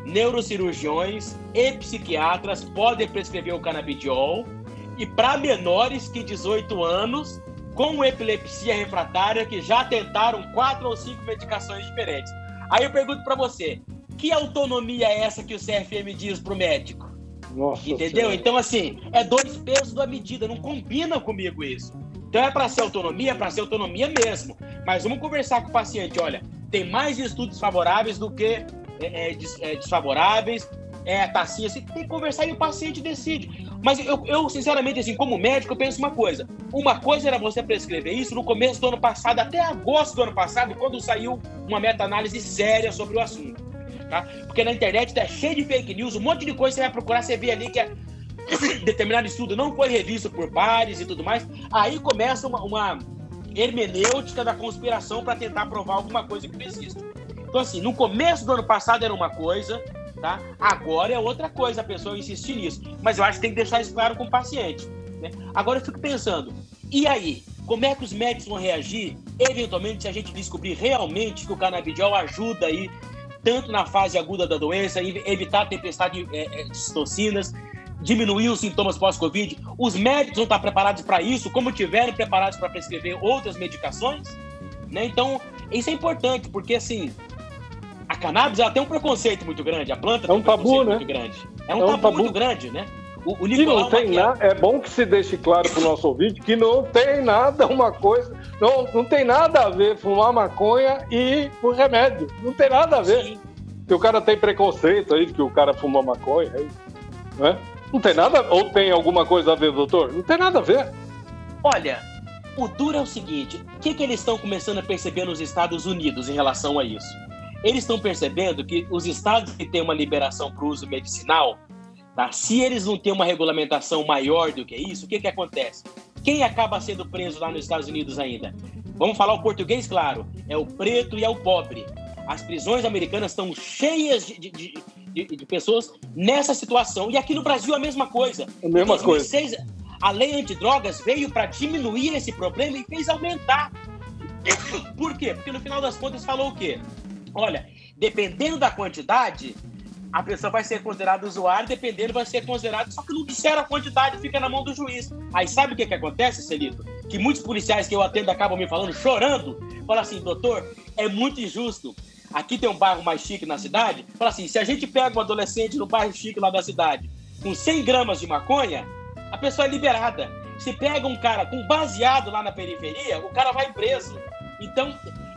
neurocirurgiões e psiquiatras podem prescrever o canabidiol, e para menores que dezoito anos com epilepsia refratária que já tentaram quatro ou cinco medicações diferentes. Aí eu pergunto para você, que autonomia é essa que o C F M diz pro médico? Nossa Entendeu? Senhora. Então, assim, é dois pesos da medida, não combina comigo isso. Então é para ser autonomia, é para ser autonomia mesmo. Mas vamos conversar com o paciente, olha, tem mais estudos favoráveis do que é, é, des, é, desfavoráveis, é, tá assim, assim, tem que conversar e o paciente decide. Mas eu, eu, sinceramente, assim, como médico, eu penso uma coisa. Uma coisa era você prescrever isso no começo do ano passado, até agosto do ano passado, quando saiu uma meta-análise séria sobre o assunto. Tá? Porque na internet tá cheio de fake news, um monte de coisa você vai procurar, você vê ali que é determinado estudo não foi revisto por pares e tudo mais. Aí começa uma, uma hermenêutica da conspiração para tentar provar alguma coisa que não existe. Então, assim, no começo do ano passado era uma coisa, tá? Agora é outra coisa, a pessoa insistir nisso. Mas eu acho que tem que deixar isso claro com o paciente, né? Agora eu fico pensando, e aí? Como é que os médicos vão reagir, eventualmente, se a gente descobrir realmente que o canabidiol ajuda aí, tanto na fase aguda da doença, evitar a tempestade de, é, de citocinas, diminuir os sintomas pós-Covid? Os médicos vão estar preparados para isso, como estiverem preparados para prescrever outras medicações, né? Então, isso é importante, porque, assim, a cannabis ela tem um preconceito muito grande, a planta é tem um um preconceito tabu, né? muito grande. É um, é um tabu, tabu muito grande, né? O, o que não tem Maquiavel... nada, é bom que se deixe claro para o nosso ouvinte que não tem nada uma coisa, não, não tem nada a ver fumar maconha e o remédio, não tem nada a ver. Sim. Que o cara tem preconceito aí de que o cara fuma maconha, aí, né? Não tem nada, ou tem alguma coisa a ver, doutor? Não tem nada a ver. Olha, o duro é o seguinte, o que, que eles estão começando a perceber nos Estados Unidos em relação a isso? Eles estão percebendo que os estados que têm uma liberação para o uso medicinal, tá? Se eles não têm uma regulamentação maior do que isso, o que, que acontece? Quem acaba sendo preso lá nos Estados Unidos ainda? Vamos falar o português, claro, é o preto e é o pobre. As prisões americanas estão cheias de, de, de, de pessoas nessa situação. E aqui no Brasil a mesma coisa. A mesma em dois mil e seis, coisa. A lei antidrogas veio para diminuir esse problema e fez aumentar. Por quê? Porque no final das contas falou o quê? Olha, dependendo da quantidade, a pessoa vai ser considerada usuário, dependendo vai ser considerado, só que não disseram a quantidade, fica na mão do juiz. Aí sabe o que, que acontece, Celito? Que muitos policiais que eu atendo acabam me falando, chorando, falam assim, doutor, é muito injusto. Aqui tem um bairro mais chique na cidade, fala assim, se a gente pega um adolescente no bairro chique lá da cidade com cem gramas de maconha, a pessoa é liberada. Se pega um cara com baseado lá na periferia, o cara vai preso. Então,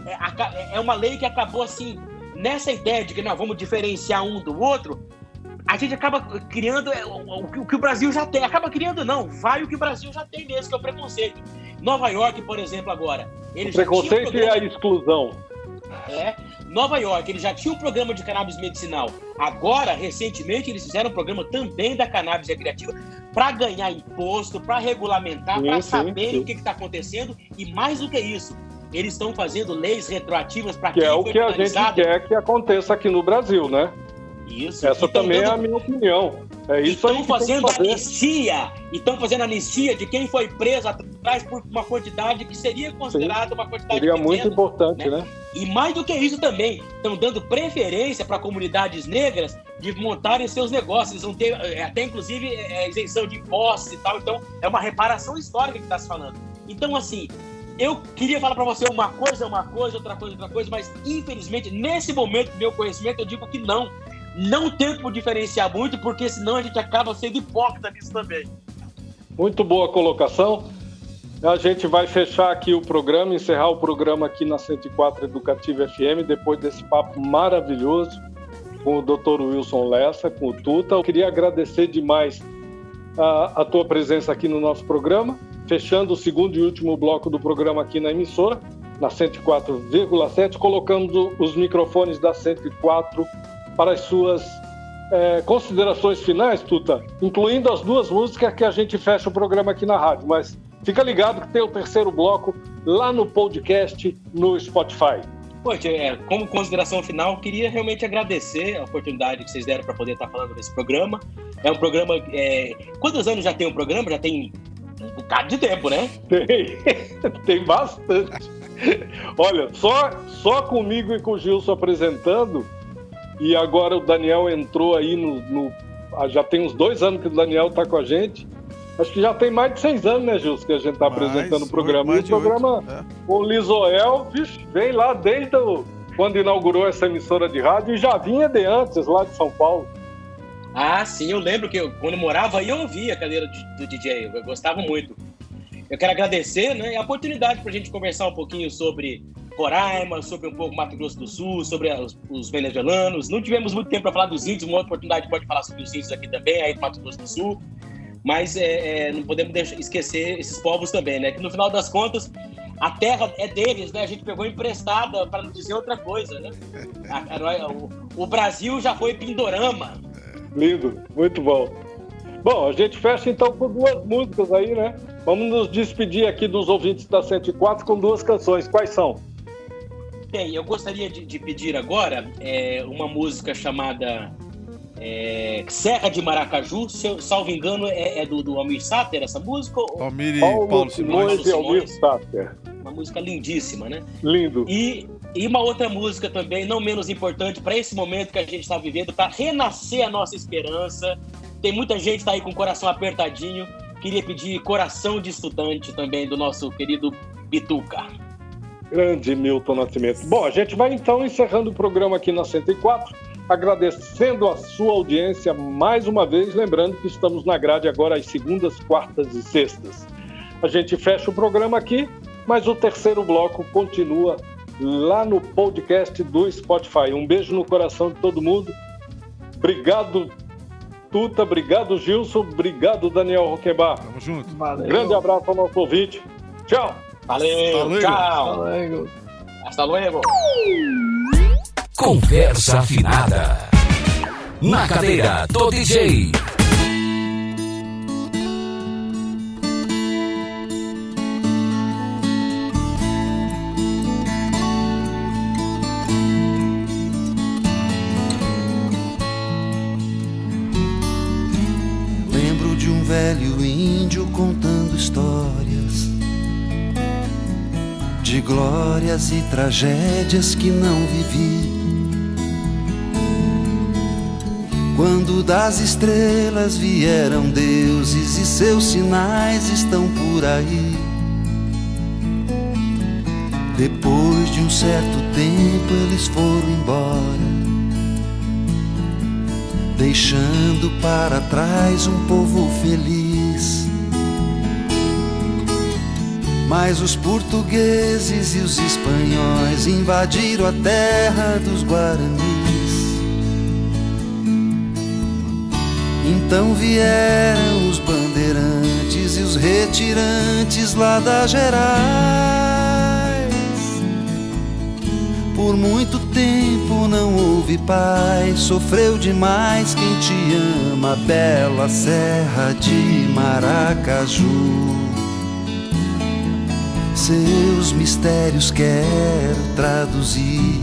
é, é uma lei que acabou assim, nessa ideia de que nós vamos diferenciar um do outro, a gente acaba criando o que o Brasil já tem. Acaba criando, não, vai o que o Brasil já tem mesmo, que é o preconceito. Nova York, por exemplo, agora. O preconceito e a exclusão. É, Nova York, eles já tinham um programa de cannabis medicinal. Agora, recentemente, eles fizeram um programa também da cannabis recreativa para ganhar imposto, para regulamentar, para saberem o que está acontecendo. E mais do que isso, eles estão fazendo leis retroativas para quem foi é o que a gente quer que aconteça aqui no Brasil, né? Isso. Essa então, também dando... é a minha opinião. É isso aí. Estão fazendo anistia, estão fazendo anistia de quem foi preso atrás por uma quantidade que seria considerada uma quantidade seria pequena, muito importante, né? né? E mais do que isso também, estão dando preferência para comunidades negras de montarem seus negócios. Eles vão ter até, inclusive, é, isenção de impostos e tal. Então, é uma reparação histórica que está se falando. Então, assim, eu queria falar para você uma coisa, uma coisa, outra coisa, outra coisa, mas, infelizmente, nesse momento do meu conhecimento, eu digo que não. Não tem como diferenciar muito, porque senão a gente acaba sendo hipócrita nisso também. Muito boa colocação. A gente vai fechar aqui o programa, encerrar o programa aqui na cento e quatro Educativa F M, depois desse papo maravilhoso com o doutor Wilson Lessa, com o Tuta. Eu queria agradecer demais a, a tua presença aqui no nosso programa, fechando o segundo e último bloco do programa aqui na emissora, na cento e quatro vírgula sete, colocando os microfones da cento e quatro para as suas é, considerações finais, Tuta, incluindo as duas músicas que a gente fecha o programa aqui na rádio, mas fica ligado que tem o terceiro bloco lá no podcast, no Spotify. Poxa, é, como consideração final, queria realmente agradecer a oportunidade que vocês deram para poder estar falando desse programa. É um programa... É... Quantos anos já tem o um programa? Já tem um bocado de tempo, né? Tem, tem bastante. Olha, só, só comigo e com o Gilson apresentando, E agora o Daniel entrou aí no... no já tem uns dois anos que o Daniel está com a gente. Acho que já tem mais de seis anos, né, Gilson, que a gente está apresentando o programa. E o programa, é. o Lisoel, vixe, vem lá desde o, quando inaugurou essa emissora de rádio e já vinha de antes, lá de São Paulo. Ah, sim, eu lembro que eu, quando eu morava aí eu ouvia a cadeira do, do D J, eu gostava muito. Eu quero agradecer, né, a oportunidade para a gente conversar um pouquinho sobre Roraima, sobre um pouco Mato Grosso do Sul, sobre os, os venezuelanos. Não tivemos muito tempo para falar dos índios, uma outra oportunidade pode falar sobre os índios aqui também, aí do Mato Grosso do Sul. Mas é, é, não podemos deixar, esquecer esses povos também, né? Que no final das contas, a terra é deles, né? A gente pegou emprestada, para não dizer outra coisa, né? A, a, o, o Brasil já foi Pindorama. Lindo, muito bom. Bom, a gente fecha então com duas músicas aí, né? Vamos nos despedir aqui dos ouvintes da cento e quatro com duas canções. Quais são? Bem, eu gostaria de, de pedir agora é, uma música chamada... É, Serra de Maracaju, se eu salvo engano, é, é do, do Almir Sater essa música? Almir e Paulo, Paulo Simões. Simões e Almir Sater. Uma música lindíssima, né? Lindo. E, e uma outra música também, não menos importante, para esse momento que a gente está vivendo, para renascer a nossa esperança. Tem muita gente que está aí com o coração apertadinho. Queria pedir Coração de Estudante também, do nosso querido Bituca. Grande Milton Nascimento. Bom, a gente vai então encerrando o programa aqui na cento e quatro. Agradecendo a sua audiência mais uma vez, lembrando que estamos na grade agora às segundas, quartas e sextas. A gente fecha o programa aqui, mas o terceiro bloco continua lá no podcast do Spotify. Um beijo no coração de todo mundo. Obrigado, Tuta. Obrigado, Gilson. Obrigado, Daniel Roquembar. Tamo junto. Valeu. Grande abraço ao nosso ouvinte. Tchau. Valeu. Valeu. Tchau. Valeu. Hasta luego. Conversa afinada. Na cadeira do D J. Lembro de um velho índio contando histórias de glórias e tragédias que não vivi. Quando das estrelas vieram deuses e seus sinais estão por aí. Depois de um certo tempo eles foram embora, deixando para trás um povo feliz. Mas os portugueses e os espanhóis invadiram a terra dos guaranis. Então vieram os bandeirantes e os retirantes lá das Gerais. Por muito tempo não houve paz, sofreu demais quem te ama, a bela Serra de Maracaju. Seus mistérios quero traduzir,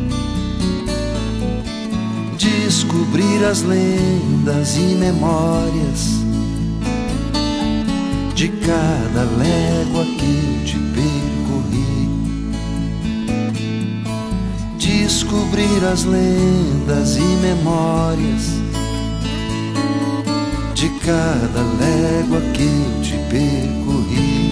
descobrir as lendas e memórias de cada légua que eu te percorri. Descobrir as lendas e memórias de cada légua que eu te percorri.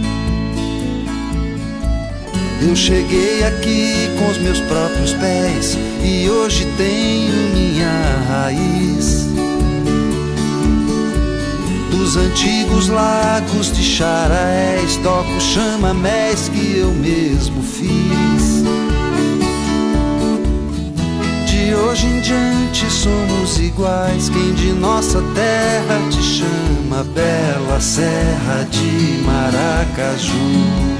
Eu cheguei aqui com os meus próprios pés e hoje tenho minha raiz. Dos antigos lagos de Charaés, toco chamamés que eu mesmo fiz. De hoje em diante somos iguais, quem de nossa terra te chama, bela Serra de Maracaju.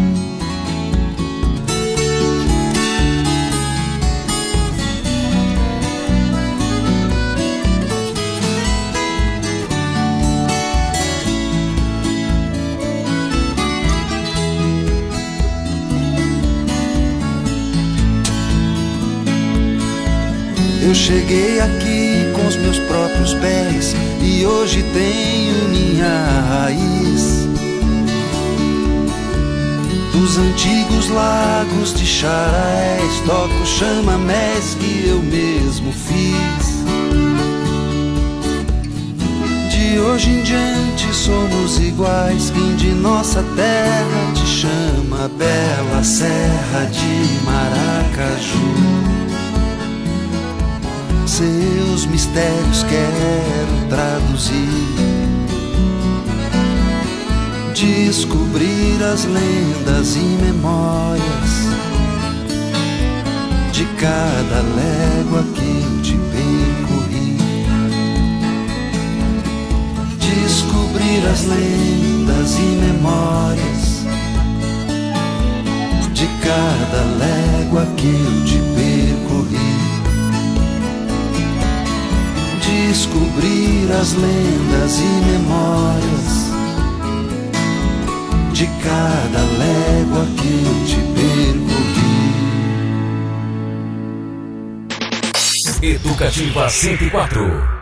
Eu cheguei aqui com os meus próprios pés e hoje tenho minha raiz. Nos antigos lagos de Charaés toco chamamés que eu mesmo fiz. De hoje em diante somos iguais. Quem de nossa terra te chama bela serra de Maracaju. Seus mistérios quero traduzir, descobrir as lendas e memórias de cada légua que eu te percorri. Descobrir as lendas e memórias de cada légua que eu te percorri. Descobrir as lendas e memórias de cada légua que eu te percorri. Educativa cento e quatro.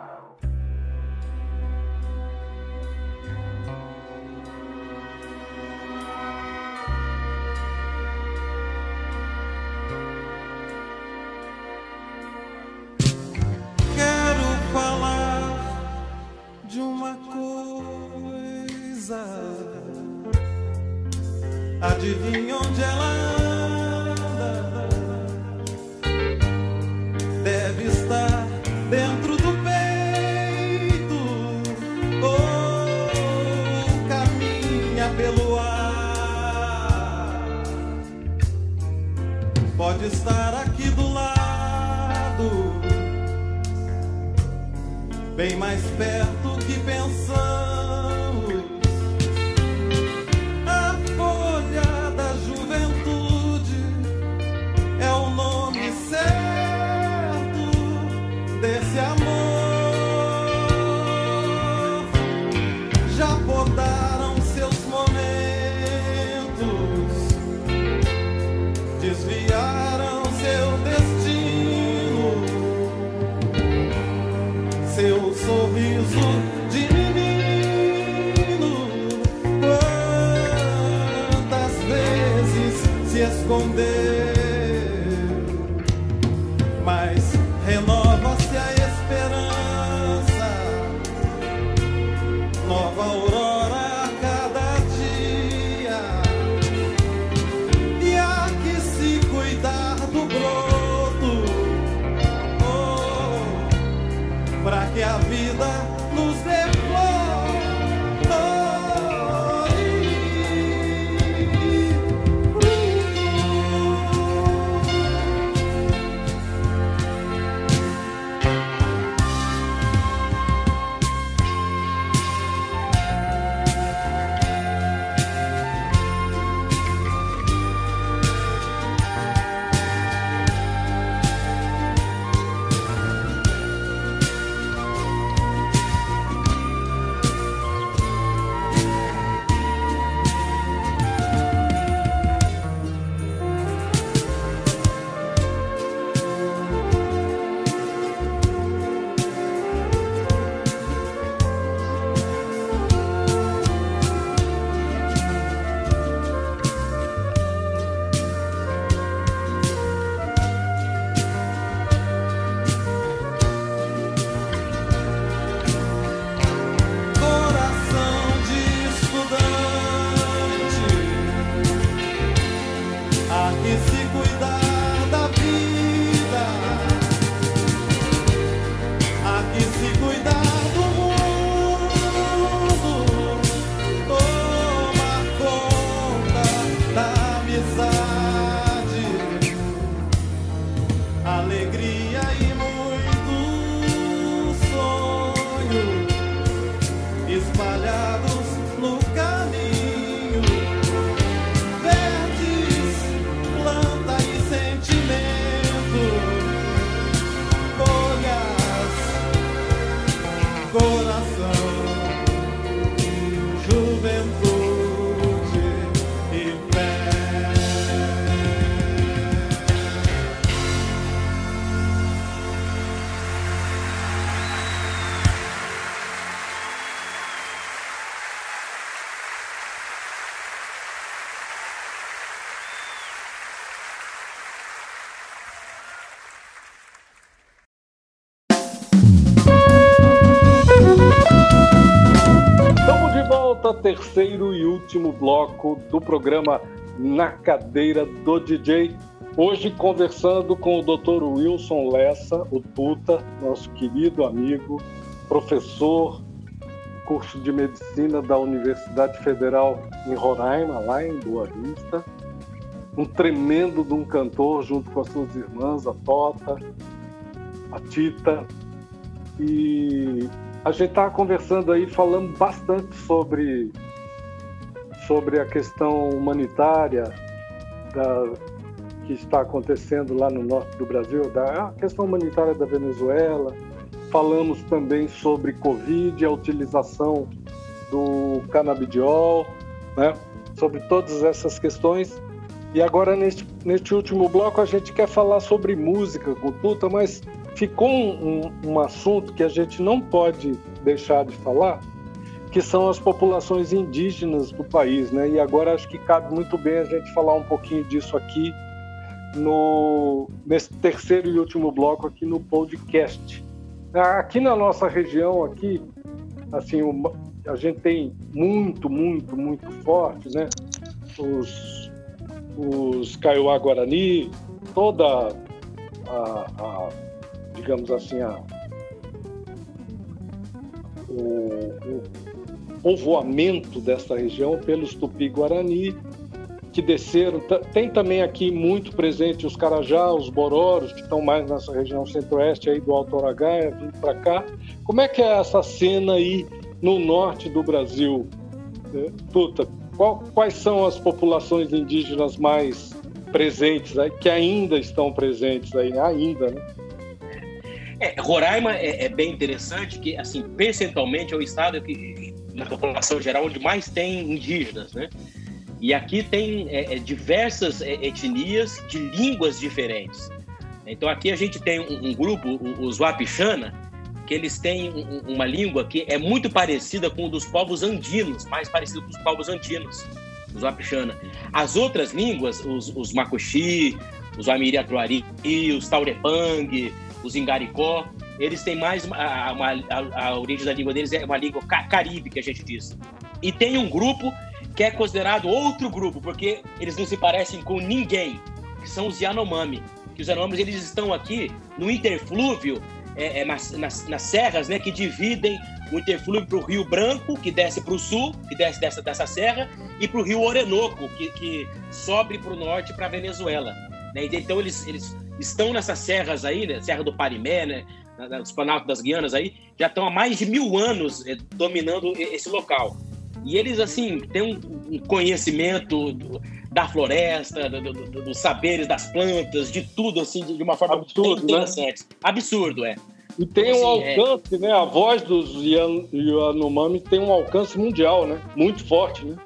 Adivinha onde ela anda? Deve estar dentro do peito ou caminha pelo ar. Pode estar aqui do lado, bem mais perto que pensamos. Desse amor, já podaram seus momentos, desviaram seu destino, seu sorriso de menino. Quantas vezes se escondeu, mas renova-se a esperança, nova aurora a cada dia. E há que se cuidar do broto, oh, pra que a vida nos dê flor. Oh, volta, terceiro e último bloco do programa Na Cadeira do D J. Hoje conversando com o doutor Wilson Lessa, o Tuta, nosso querido amigo, professor, curso de medicina da Universidade Federal em Roraima, lá em Boa Vista. Um tremendo de um cantor, junto com as suas irmãs, a Tota, a Tita. E a gente estava conversando aí, falando bastante sobre, sobre a questão humanitária da, que está acontecendo lá no norte do Brasil, da a questão humanitária da Venezuela. Falamos também sobre Covid, a utilização do canabidiol, né? Sobre todas essas questões. E agora, neste, neste último bloco, a gente quer falar sobre música com o Tuta, mas ficou um, um, um assunto que a gente não pode deixar de falar, que são as populações indígenas do país, né? E agora acho que cabe muito bem a gente falar um pouquinho disso aqui, no, nesse terceiro e último bloco aqui no podcast. Aqui na nossa região, aqui, assim, uma, a gente tem muito, muito, muito forte, né? Os, os Kaiowá Guarani, toda a, a digamos assim, a, o, o povoamento dessa região pelos Tupi-Guarani, que desceram. Tem também aqui muito presente os Carajá, os Bororos, que estão mais nessa região centro-oeste aí do Alto Aragaia, vindo para cá. Como é que é essa cena aí no norte do Brasil? Tuta, qual, quais são as populações indígenas mais presentes aí, que ainda estão presentes aí, ainda, né? É, Roraima é, é bem interessante, que, assim, percentualmente é o estado que, na população geral, onde mais tem indígenas, né? E aqui tem é, diversas etnias de línguas diferentes. Então aqui a gente tem um, um grupo, os Wapixana, que eles têm um, uma língua que é muito parecida com o dos povos andinos, mais parecido com os povos andinos, os Wapixana. As outras línguas, os, os Macuxi, os Amiri-Atruari, os Taurepang, os Ingaricó, eles têm mais uma, uma, a, a origem da língua deles é uma língua caribe, que a gente diz. E tem um grupo que é considerado outro grupo, porque eles não se parecem com ninguém, que são os Yanomami. Que os Yanomamis, eles estão aqui no interflúvio, é, é, nas, nas, nas serras, né, que dividem o interflúvio para o Rio Branco, que desce para o sul, que desce dessa, dessa serra, e para o Rio Orenoco, que, que sobe para o norte, para a Venezuela. Né? Então eles, eles estão nessas serras aí, né, Serra do Parimé, né, nos Planaltos das Guianas aí, já estão há mais de mil anos é, dominando esse local. E eles, assim, têm um conhecimento do, da floresta, do, do, do, dos saberes das plantas, de tudo, assim, de uma forma absurdo, bem interessante. Né? Absurdo, é. E tem então, um assim, alcance, é... né? A voz dos Yanomami tem um alcance mundial, né? Muito forte, né?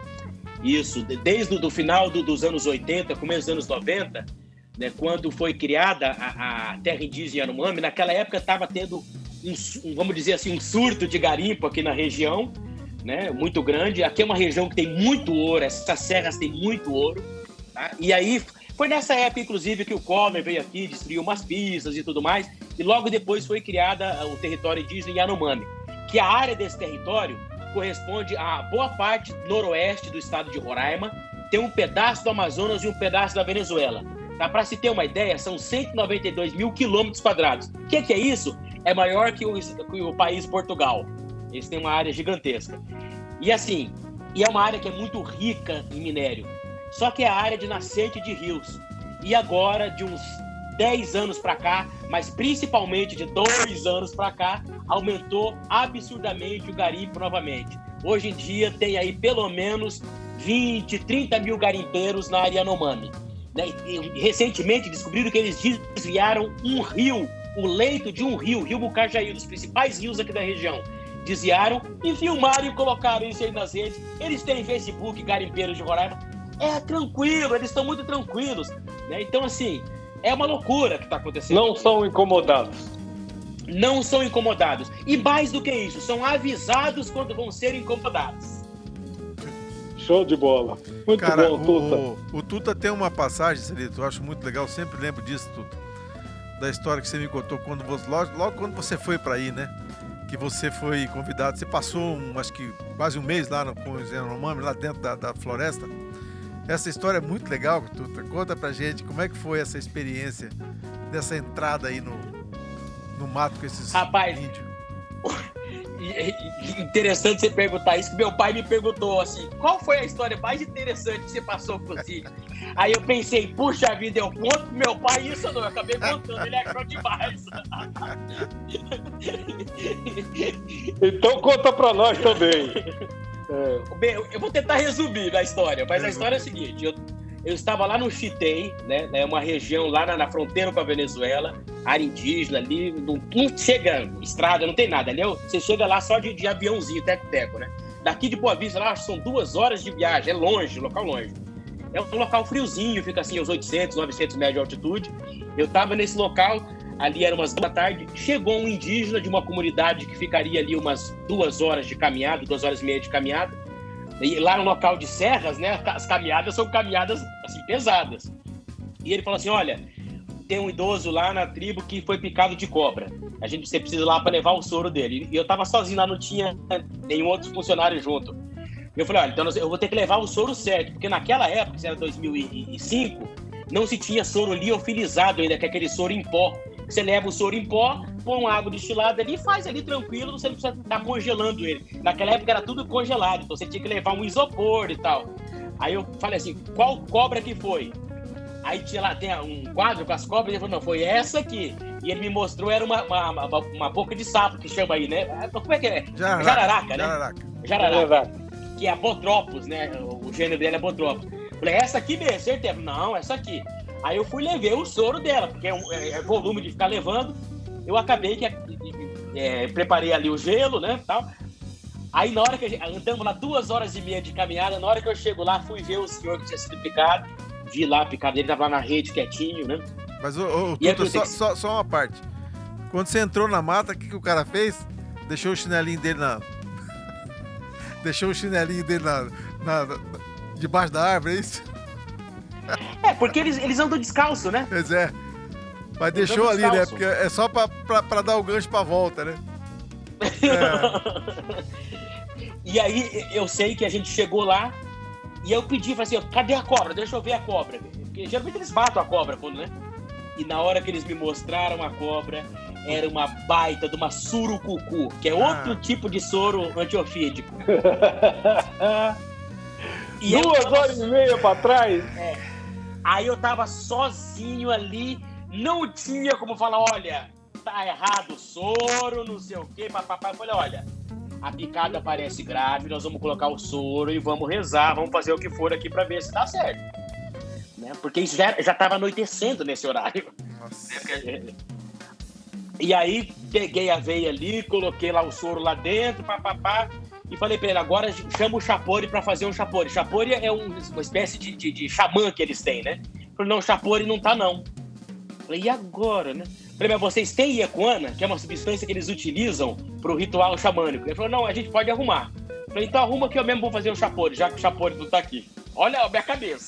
Isso. Desde o final do, dos anos oitenta, começo dos anos noventa, né, quando foi criada a, a terra indígena Yanomami, naquela época estava tendo, um, um, vamos dizer assim, um surto de garimpo aqui na região, né, muito grande. Aqui é uma região que tem muito ouro, essas serras têm muito ouro, tá? E aí foi nessa época, inclusive, que o Collor veio aqui, destruiu umas pistas e tudo mais, e logo depois foi criada o território indígena Yanomami, que a área desse território corresponde a boa parte noroeste do estado de Roraima, tem um pedaço do Amazonas e um pedaço da Venezuela. Tá? Para se ter uma ideia, são cento e noventa e dois mil quilômetros quadrados. O que, que é isso? É maior que o, que o país Portugal. Eles têm uma área gigantesca. E assim, e é uma área que é muito rica em minério. Só que é a área de nascente de rios. E agora, de uns dez anos para cá, mas principalmente de dois anos para cá, aumentou absurdamente o garimpo novamente. Hoje em dia tem aí pelo menos vinte, trinta mil garimpeiros na área Yanomami. Né? E recentemente descobriram que eles desviaram um rio, o leito de um rio, Rio Mucajaí, um dos principais rios aqui da região. Desviaram e filmaram e colocaram isso aí nas redes. Eles têm Facebook, garimpeiros de Roraima. É tranquilo, eles estão muito tranquilos. Né? Então, assim, é uma loucura que está acontecendo. Não são incomodados. Não são incomodados. E mais do que isso, são avisados quando vão ser incomodados. Show de bola. Muito Cara, bom, Tuta. O, o Tuta tem uma passagem, Celito, eu acho muito legal, sempre lembro disso, Tuta. Da história que você me contou quando você, logo, logo quando você foi para aí, né? que você foi convidado, você passou, um, acho que quase um mês lá no, com os Yanomami, lá dentro da, da floresta. Essa história é muito legal, Tuta. Conta pra gente como é que foi essa experiência dessa entrada aí no, no mato com esses Rapaz, índios. Interessante você perguntar isso, que meu pai me perguntou assim, qual foi a história mais interessante que você passou com os índios? Aí eu pensei, puxa vida, eu conto pro meu pai isso ou não? Eu acabei contando, ele achou demais. Então conta pra nós também. É. Bem, eu vou tentar resumir a história, mas a história é a seguinte, eu, eu estava lá no Chitém, né, é uma região lá na, na fronteira com a Venezuela, área indígena ali, não, não chega estrada, não tem nada, ali você chega lá só de, de aviãozinho, teco-teco, né? Daqui de Boa Vista, lá são duas horas de viagem, é longe, local longe. É um local friozinho, fica assim, aos oitocentos, novecentos metros de altitude. Eu estava nesse local, ali era umas duas da tarde, chegou um indígena de uma comunidade que ficaria ali umas duas horas de caminhada, duas horas e meia de caminhada. E lá no local de serras, né, as caminhadas são caminhadas assim, pesadas. E ele falou assim, olha, tem um idoso lá na tribo que foi picado de cobra. A gente você precisa ir lá para levar o soro dele. E eu estava sozinho lá, não tinha nenhum outro funcionário junto. Eu falei, olha, então eu vou ter que levar o soro certo, porque naquela época, que era dois mil e cinco, não se tinha soro liofilizado ainda, que é aquele soro em pó. Você leva o soro em pó, põe uma água destilada ali e faz ali tranquilo, você não precisa estar congelando ele. Naquela época era tudo congelado, então você tinha que levar um isopor e tal. Aí eu falei assim, qual cobra que foi? Aí tinha lá, tem um quadro com as cobras, ele falou, não, foi essa aqui. E ele me mostrou, era uma, uma, uma, uma boca de sapo, que chama aí, né? Como é que é? Jararaca, Jararaca, né? Jararaca. Jararaca. Que é a Botrópus, né? O gênero dela é Botrópus. Falei, essa aqui mesmo, certeza. Não, essa aqui. Aí eu fui e levei o soro dela, porque é, um, é volume de ficar levando. Eu acabei que é, preparei ali o gelo, né, tal. Aí na hora que a, andamos lá duas horas e meia de caminhada, na hora que eu chego lá, fui ver o senhor que tinha sido picado, vi lá a picada dele, tava lá na rede quietinho, né. Mas, ô, ô, Tuta, só, que... só, só uma parte. Quando você entrou na mata, o que, que o cara fez? Deixou o chinelinho dele na... Deixou o chinelinho dele na, na, na... debaixo da árvore, é isso? É, porque eles, eles andam descalço, né? Pois é. Mas eles deixou ali, descalço, né? Porque é só pra, pra, pra dar o gancho pra volta, né? É. E aí, eu sei que a gente chegou lá e eu pedi, falei assim, cadê a cobra? Deixa eu ver a cobra. Porque geralmente eles matam a cobra, quando, né? E na hora que eles me mostraram a cobra, era uma baita de uma surucucu, que é outro ah. tipo de soro antiofídico. E Duas tava... horas e meia pra trás? É. Aí eu tava sozinho ali, não tinha como falar, olha, tá errado o soro, não sei o quê, papapá. Eu falei, olha, a picada parece grave, nós vamos colocar o soro e vamos rezar, vamos fazer o que for aqui pra ver se dá certo. Né? Porque isso já, já tava anoitecendo nesse horário. Nossa. E aí, peguei a veia ali, coloquei lá o soro lá dentro, papapá. E falei pra ele, agora chama o Chapori pra fazer um Chapori. Chapori é um, uma espécie de, de, de xamã que eles têm, né? Falei, não, Chapori não tá, não. Falei, e agora, né? Falei, mas vocês têm Iecuana, que é uma substância que eles utilizam pro ritual xamânico? Ele falou, não, a gente pode arrumar. Falei, então arruma que eu mesmo vou fazer um Chapori, já que o Chapori não tá aqui. Olha a minha cabeça.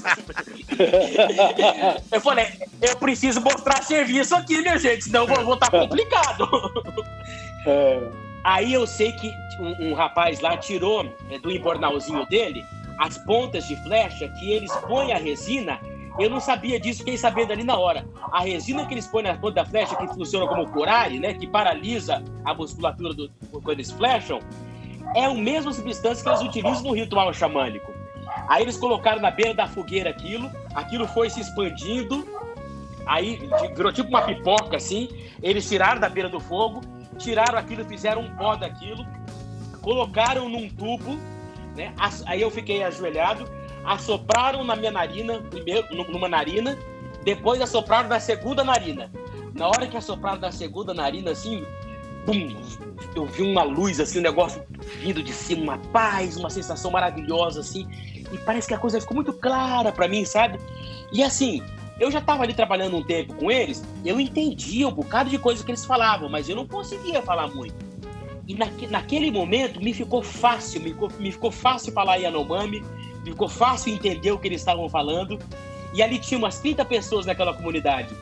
Eu falei, eu preciso mostrar serviço aqui, minha gente, senão eu vou estar tá complicado. É... Aí eu sei que um, um rapaz lá tirou é, do embornalzinho dele as pontas de flecha que eles põem a resina. Eu não sabia disso, fiquei sabendo ali na hora. A resina que eles põem na ponta da flecha, que funciona como curare, né, que paralisa a musculatura do, quando eles flecham, é a mesma substância que eles utilizam no ritual xamânico. Aí eles colocaram na beira da fogueira aquilo, aquilo foi se expandindo, aí virou tipo uma pipoca assim, eles tiraram da beira do fogo, tiraram aquilo, fizeram um pó daquilo, colocaram num tubo, né? Aí eu fiquei ajoelhado, assopraram na minha narina, primeiro numa narina, depois assopraram na segunda narina. Na hora que assopraram na segunda narina, assim, bum, eu vi uma luz, assim, um negócio vindo de cima, uma paz, uma sensação maravilhosa, assim, e parece que a coisa ficou muito clara pra mim, sabe? E assim, eu já estava ali trabalhando um tempo com eles, eu entendia um bocado de coisa que eles falavam, mas eu não conseguia falar muito. E naque, naquele momento me ficou fácil, me ficou, me ficou fácil falar Yanomami, me ficou fácil entender o que eles estavam falando. E ali tinha umas trinta pessoas naquela comunidade.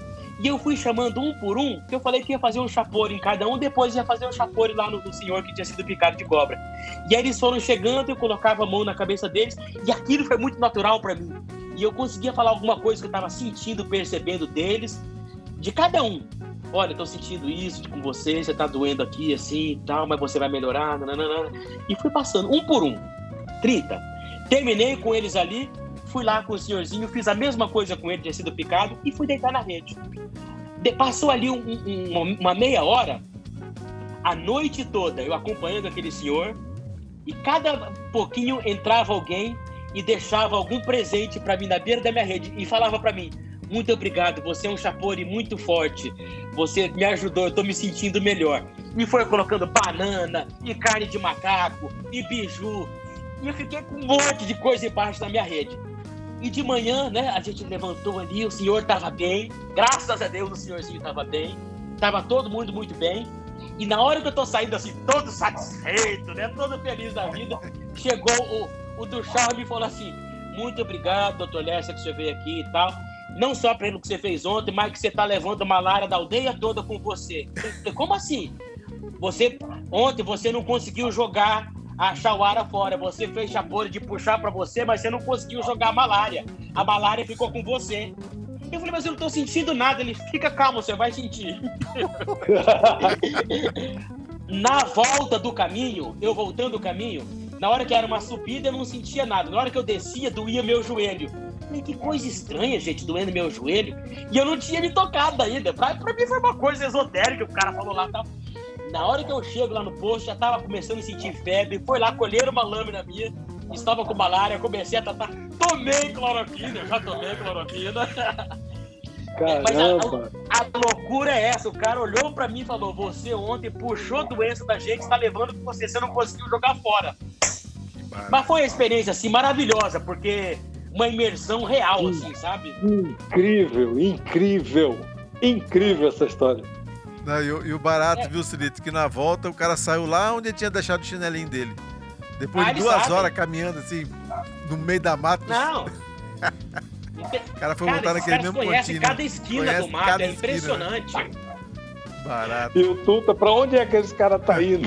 E eu fui chamando um por um, que eu falei que ia fazer um chapore em cada um, depois ia fazer um chapore lá no, no senhor que tinha sido picado de cobra. E aí eles foram chegando, eu colocava a mão na cabeça deles, e aquilo foi muito natural para mim. E eu conseguia falar alguma coisa que eu estava sentindo, percebendo deles, de cada um. Olha, eu tô sentindo isso com você, você tá doendo aqui, assim e tal, mas você vai melhorar, nananana. E fui passando, um por um, trinta. Terminei com eles ali, fui lá com o senhorzinho, fiz a mesma coisa com ele, tinha sido picado, e fui deitar na rede. De, passou ali um, um, uma meia hora, a noite toda, eu acompanhando aquele senhor, e cada pouquinho entrava alguém e deixava algum presente para mim na beira da minha rede, e falava para mim: muito obrigado, você é um chapore muito forte, você me ajudou, eu tô me sentindo melhor. E foi colocando banana, e carne de macaco, e biju, e eu fiquei com um monte de coisa embaixo da minha rede. E de manhã, né, a gente levantou ali, o senhor tava bem, graças a Deus o senhorzinho tava bem, tava todo mundo muito bem. E na hora que eu tô saindo assim, todo satisfeito, né, todo feliz da vida, chegou o, o do Charme e falou assim: muito obrigado, doutor Lessa, que o senhor veio aqui e tal. Não só pelo que você fez ontem, mas que você tá levando a malária da aldeia toda com você. Como assim? Você, ontem você não conseguiu jogar a chauara fora. Você fez chapore de puxar pra você, mas você não conseguiu jogar a malária. A malária ficou com você. Eu falei: mas eu não tô sentindo nada. Ele: fica calmo, você vai sentir. Na volta do caminho, eu voltando o caminho, na hora que era uma subida eu não sentia nada. Na hora que eu descia, doía meu joelho. Que coisa estranha, gente, doendo meu joelho. E eu não tinha me tocado ainda. Pra, pra mim foi uma coisa esotérica, o cara falou lá e tal. Na hora que eu chego lá no posto, já tava começando a sentir febre. Foi lá colher uma lâmina minha. Estava com malária, comecei a tratar. Tomei cloroquina, já tomei cloroquina. Caramba. Mas a, a, a loucura é essa. O cara olhou pra mim e falou: você ontem puxou a doença da gente, está levando com você, você não conseguiu jogar fora. Mas foi uma experiência assim maravilhosa, porque uma imersão real, assim, sabe? Incrível, incrível, incrível essa história. Não, e, o, e o barato, é. viu, Celito, que na volta o cara saiu lá onde ele tinha deixado o chinelinho dele. Depois Ah, de ele duas sabe. horas caminhando assim, no meio da mata. Não. O cara foi Cara, voltar esses naquele caras mesmo conhecem pontinho. cada esquina Conhece do mato, cada é esquina, impressionante. né? Barato. E o Tuta, pra onde é que esse cara tá indo?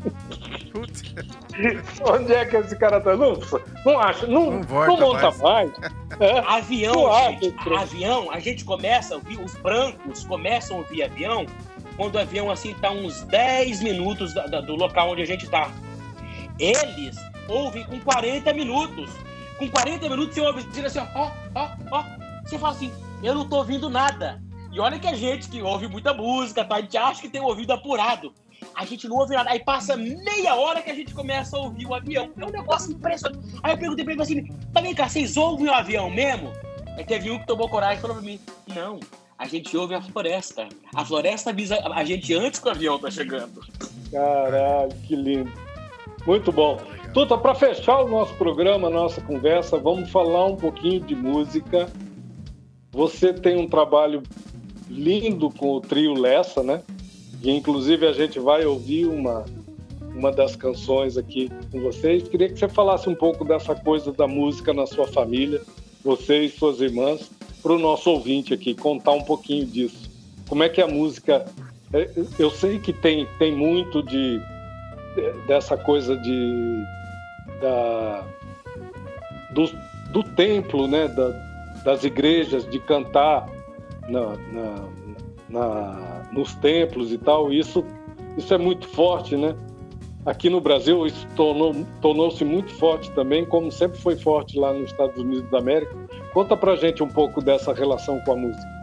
Putz. Onde é que esse cara tá? Não, não acha, não, Não não, volta monta mais. É. Avião, Não acha, gente, Pedro? avião, a gente começa a ouvir, os brancos começam a ouvir avião quando o avião assim tá uns dez minutos da, da, do local onde a gente tá. Eles ouvem com quarenta minutos. Com quarenta minutos você ouve assim, ó, ó, ó, ó. Você fala assim: eu não tô ouvindo nada. E olha que a gente que ouve muita música, tá? A gente acha que tem o ouvido apurado. A gente não ouve nada. Aí passa meia hora que a gente começa a ouvir o avião. É um negócio impressionante. Aí eu perguntei pra ele assim: tá vem cá, vocês ouvem o avião mesmo? Aí teve um que tomou coragem e falou pra mim: não, a gente ouve a floresta. A floresta avisa a gente antes que o avião tá chegando. Caralho, que lindo. Muito bom. Tuta, para fechar o nosso programa, nossa conversa, vamos falar um pouquinho de música. Você tem um trabalho lindo com o trio Lessa, né? E inclusive a gente vai ouvir uma, uma das canções aqui com vocês. Queria que você falasse um pouco dessa coisa da música na sua família, você e suas irmãs, para o nosso ouvinte aqui, contar um pouquinho disso. Como é que a música... Eu sei que tem, tem muito de, dessa coisa de, da, do, do templo, né? Da, das igrejas, de cantar na, na, na, nos templos e tal. Isso, isso é muito forte, né? Aqui no Brasil isso tornou, tornou-se muito forte também, como sempre foi forte lá nos Estados Unidos da América. Conta pra gente um pouco dessa relação com a música.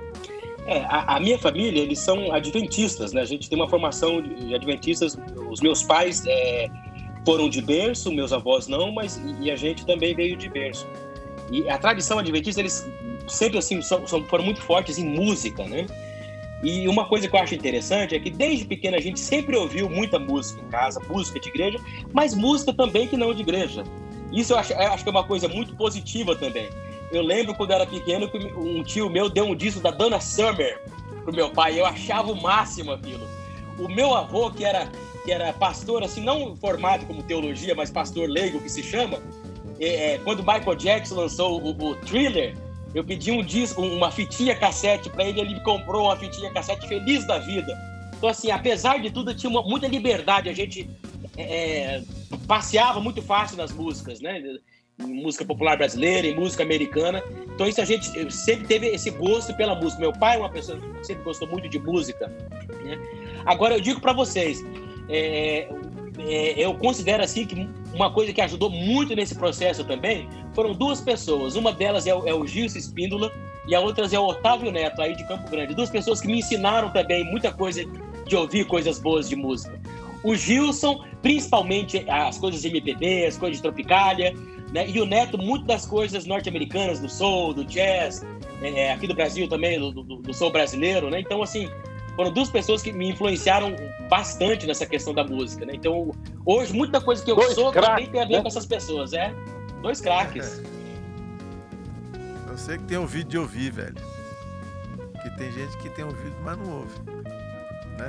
É, a, a minha família, eles são adventistas, né? A gente tem uma formação de adventistas. Os meus pais é, foram de berço, meus avós não, mas e a gente também veio de berço. E a tradição adventista, eles sempre assim são, são, foram muito fortes em música, né? E uma coisa que eu acho interessante é que desde pequeno a gente sempre ouviu muita música em casa, música de igreja, mas música também que não de igreja. Isso eu acho, eu acho que é uma coisa muito positiva também. Eu lembro quando eu era pequeno que um tio meu deu um disco da Donna Summer pro meu pai. Eu achava o máximo aquilo. O meu avô, que era, que era pastor, assim, não formado como teologia, mas pastor leigo que se chama, é, quando o Michael Jackson lançou o, o Thriller, Eu pedi um disco, uma fitinha cassete para ele, ele me comprou uma fitinha cassete feliz da vida. Então, assim, apesar de tudo, tinha uma, muita liberdade. A gente é, passeava muito fácil nas músicas, né? Em música popular brasileira, em música americana. Então, isso a gente sempre teve esse gosto pela música. Meu pai é uma pessoa que sempre gostou muito de música, né? Agora, eu digo para vocês, é, é, eu considero assim que uma coisa que ajudou muito nesse processo também foram duas pessoas. Uma delas é o, é o Gilson Espíndola e a outra é o Otávio Neto, aí de Campo Grande. Duas pessoas que me ensinaram também muita coisa de ouvir coisas boas de música. O Gilson, principalmente as coisas de M P B, as coisas de Tropicália, né? E o Neto, muito das coisas norte-americanas, do soul, do jazz, é, aqui do Brasil também, do, do, do soul brasileiro, né? Então, assim, foram duas pessoas que me influenciaram bastante nessa questão da música, né? Então, hoje, muita coisa que eu Dois sou craques, também tem a ver, né, com essas pessoas, é? Dois craques. É. Eu sei que tem ouvido de ouvir, velho. Que tem gente que tem ouvido, mas não ouve, né?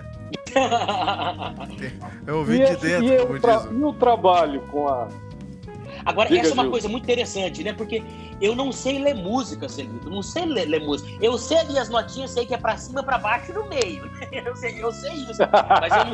É ouvido de dentro, e, como o tra- diz. E o trabalho com a... Agora, Diga, essa é uma Gil. coisa muito interessante, né? Porque eu não sei ler música, Celito. Não sei ler, ler música. Eu sei ali as notinhas, sei que é pra cima, pra baixo e no meio. Eu sei, eu sei isso. Mas eu não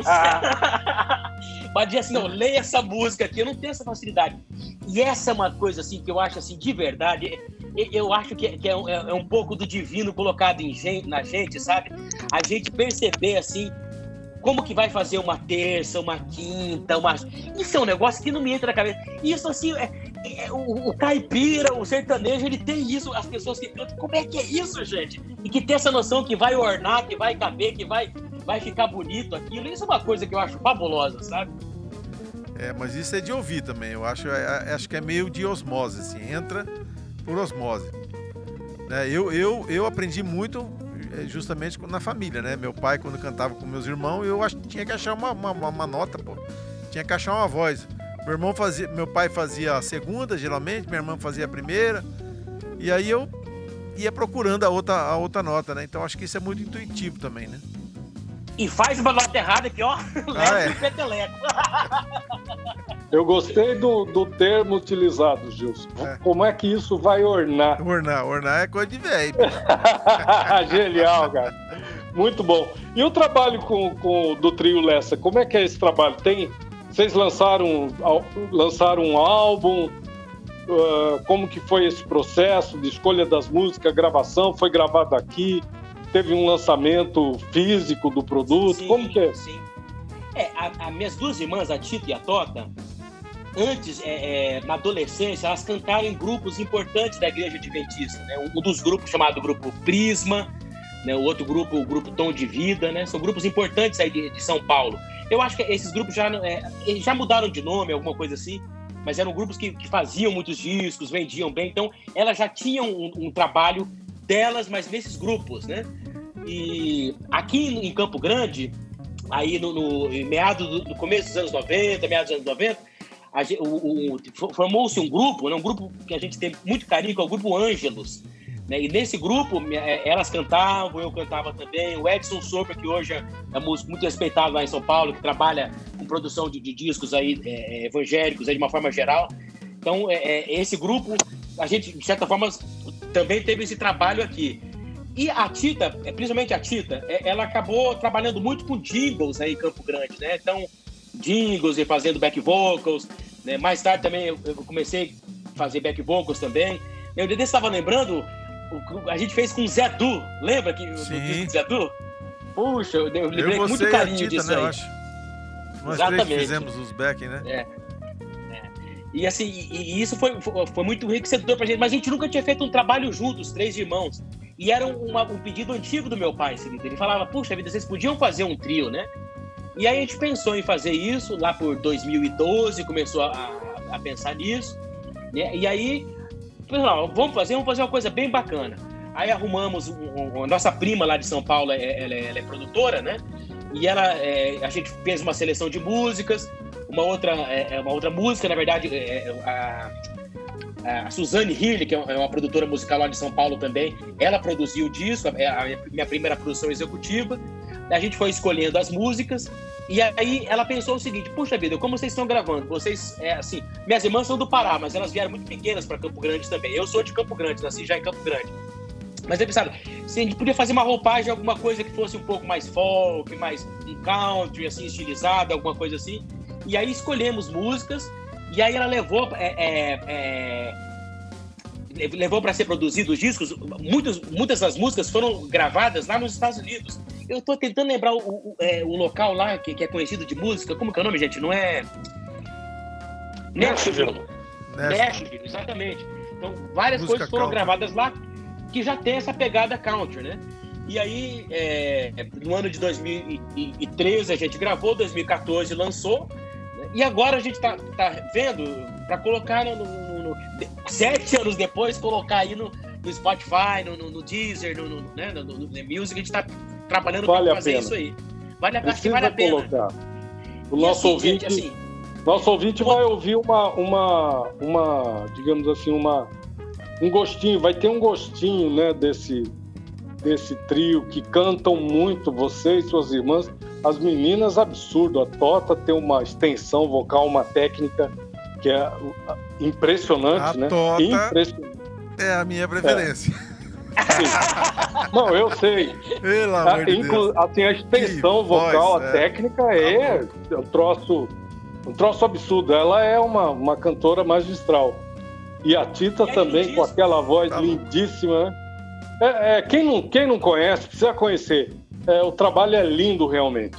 sei. Mas dizer assim, não, leia essa música aqui, eu não tenho essa facilidade. E essa é uma coisa, assim, que eu acho, assim, de verdade, eu acho que, que é, um, é um pouco do divino colocado em gente, na gente, sabe? A gente perceber, assim, como que vai fazer uma terça, uma quinta, uma... Isso é um negócio que não me entra na cabeça. Isso, assim, é, é, o, o caipira, o sertanejo, ele tem isso. As pessoas que cantam, como é que é isso, gente? E que tem essa noção que vai ornar, que vai caber, que vai, vai ficar bonito aquilo. Isso é uma coisa que eu acho fabulosa, sabe? É, mas isso é de ouvir também. Eu acho, é, acho que é meio de osmose, assim. Entra por osmose. Né? Eu, eu, eu aprendi muito... justamente na família, né? Meu pai, quando cantava com meus irmãos, eu ach... tinha que achar uma, uma, uma nota, pô. Tinha que achar uma voz. Meu irmão fazia, meu pai fazia a segunda, geralmente, minha irmã fazia a primeira, e aí eu ia procurando a outra, a outra nota, né? Então acho que isso é muito intuitivo também, né? E faz uma nota errada aqui, ó, leva é. o peteleco. Eu gostei do, do termo utilizado, Gilson. É. Como é que isso vai ornar? Ornar, ornar é coisa de velho. Genial, cara. Muito bom. E o trabalho com, com, do trio Lessa, como é que é esse trabalho? Tem, vocês lançaram, lançaram um álbum? Uh, como que foi esse processo de escolha das músicas, gravação? Foi gravado aqui? Teve um lançamento físico do produto? Sim, como que é? Sim. É, a, a minhas duas irmãs, a Tita e a Tota, antes, é, é, na adolescência, elas cantaram em grupos importantes da Igreja Adventista, né? Um, um dos grupos chamado Grupo Prisma, né? O outro grupo, o Grupo Tom de Vida, né? São grupos importantes aí de, de São Paulo. Eu acho que esses grupos já, é, já mudaram de nome, alguma coisa assim, mas eram grupos que, que faziam muitos discos, vendiam bem, então elas já tinham um, um trabalho delas, mas nesses grupos, né? E aqui em Campo Grande, aí no, no em meados do, no começo dos anos noventa, meados dos anos noventa, a, o, o, formou-se um grupo, né, um grupo que a gente tem muito carinho, que é o Grupo Ângelos, né, e nesse grupo elas cantavam, eu cantava também, o Edson Sopra, que hoje é músico muito respeitado lá em São Paulo, que trabalha com produção de, de discos aí, é, evangélicos aí, de uma forma geral. Então, é, é, esse grupo, a gente, de certa forma, também teve esse trabalho aqui. E a Tita, principalmente a Tita, ela acabou trabalhando muito com jingles aí em Campo Grande, né? Então, jingles e fazendo back vocals, né? Mais tarde também eu comecei a fazer back vocals também. Eu estava lembrando, a gente fez com o Zé Du, lembra que o disco do Zé Du? Puxa, eu lembrei com muito carinho Tita, disso, né, aí. Eu acho. Nós Exatamente. três fizemos os back, né? É. E assim, e, e isso foi, foi, foi muito enriquecedor pra gente, mas a gente nunca tinha feito um trabalho juntos, os três irmãos. E era uma, um pedido antigo do meu pai, ele falava, puxa vida, vocês podiam fazer um trio, né? E aí a gente pensou em fazer isso, lá por dois mil e doze, começou a, a, a pensar nisso, né? E aí, pessoal, vamos fazer, vamos fazer uma coisa bem bacana. Aí arrumamos, um, um, a nossa prima lá de São Paulo, ela, ela, ela é produtora, né? E ela, é, a gente fez uma seleção de músicas, uma outra, é, uma outra música, na verdade, é, a, a Suzane Hirle, que é uma produtora musical lá de São Paulo também, ela produziu o disco, é a minha primeira produção executiva. A gente foi escolhendo as músicas, e aí ela pensou o seguinte, puxa vida, como vocês estão gravando? Vocês, é, assim, minhas irmãs são do Pará, mas elas vieram muito pequenas para Campo Grande também. Eu sou de Campo Grande, nasci já em Campo Grande. Mas eu pensava, se a gente podia fazer uma roupagem, alguma coisa que fosse um pouco mais folk, mais um country, assim, estilizado, alguma coisa assim. E aí escolhemos músicas, e aí ela levou, é, é, é, levou para ser produzido os discos. Muitas, muitas das músicas foram gravadas lá nos Estados Unidos. Eu tô tentando lembrar o, o, é, o local lá que, que é conhecido de música. Como que é o nome, gente? Não é... Nashville. Nashville, exatamente. Então, várias música coisas foram country. gravadas lá que já tem essa pegada country, né? E aí, é, no ano de dois mil e treze a gente gravou, dois mil e quatorze lançou, né? E agora a gente tá, tá vendo para colocar no, no, no, sete anos depois, colocar aí no, no Spotify, no, no, no Deezer, no, no, né? no, no, no The Music. A gente tá trabalhando vale para fazer isso aí. Vale a pena, Precisa vale a pena. Colocar. O e nosso assim, ouvinte, gente, assim, nosso ouvinte vai ouvir uma, uma, uma, digamos assim, uma, um gostinho, vai ter um gostinho, né, desse, desse trio que cantam muito, você e suas irmãs. As meninas, absurdo. A Tota tem uma extensão vocal, uma técnica que é impressionante, a né? Tota Impressionante. É a minha preferência. É. Não, eu sei. Pelo amor a, de inclu, Deus. Assim, a extensão Que vocal, voz, a é. técnica é um troço, um troço absurdo. Ela é uma, uma cantora magistral. E a Tita E aí, também, disso, com aquela voz tá lindíssima, né? É, é, quem, não, quem não conhece, precisa conhecer. É, o trabalho é lindo, realmente.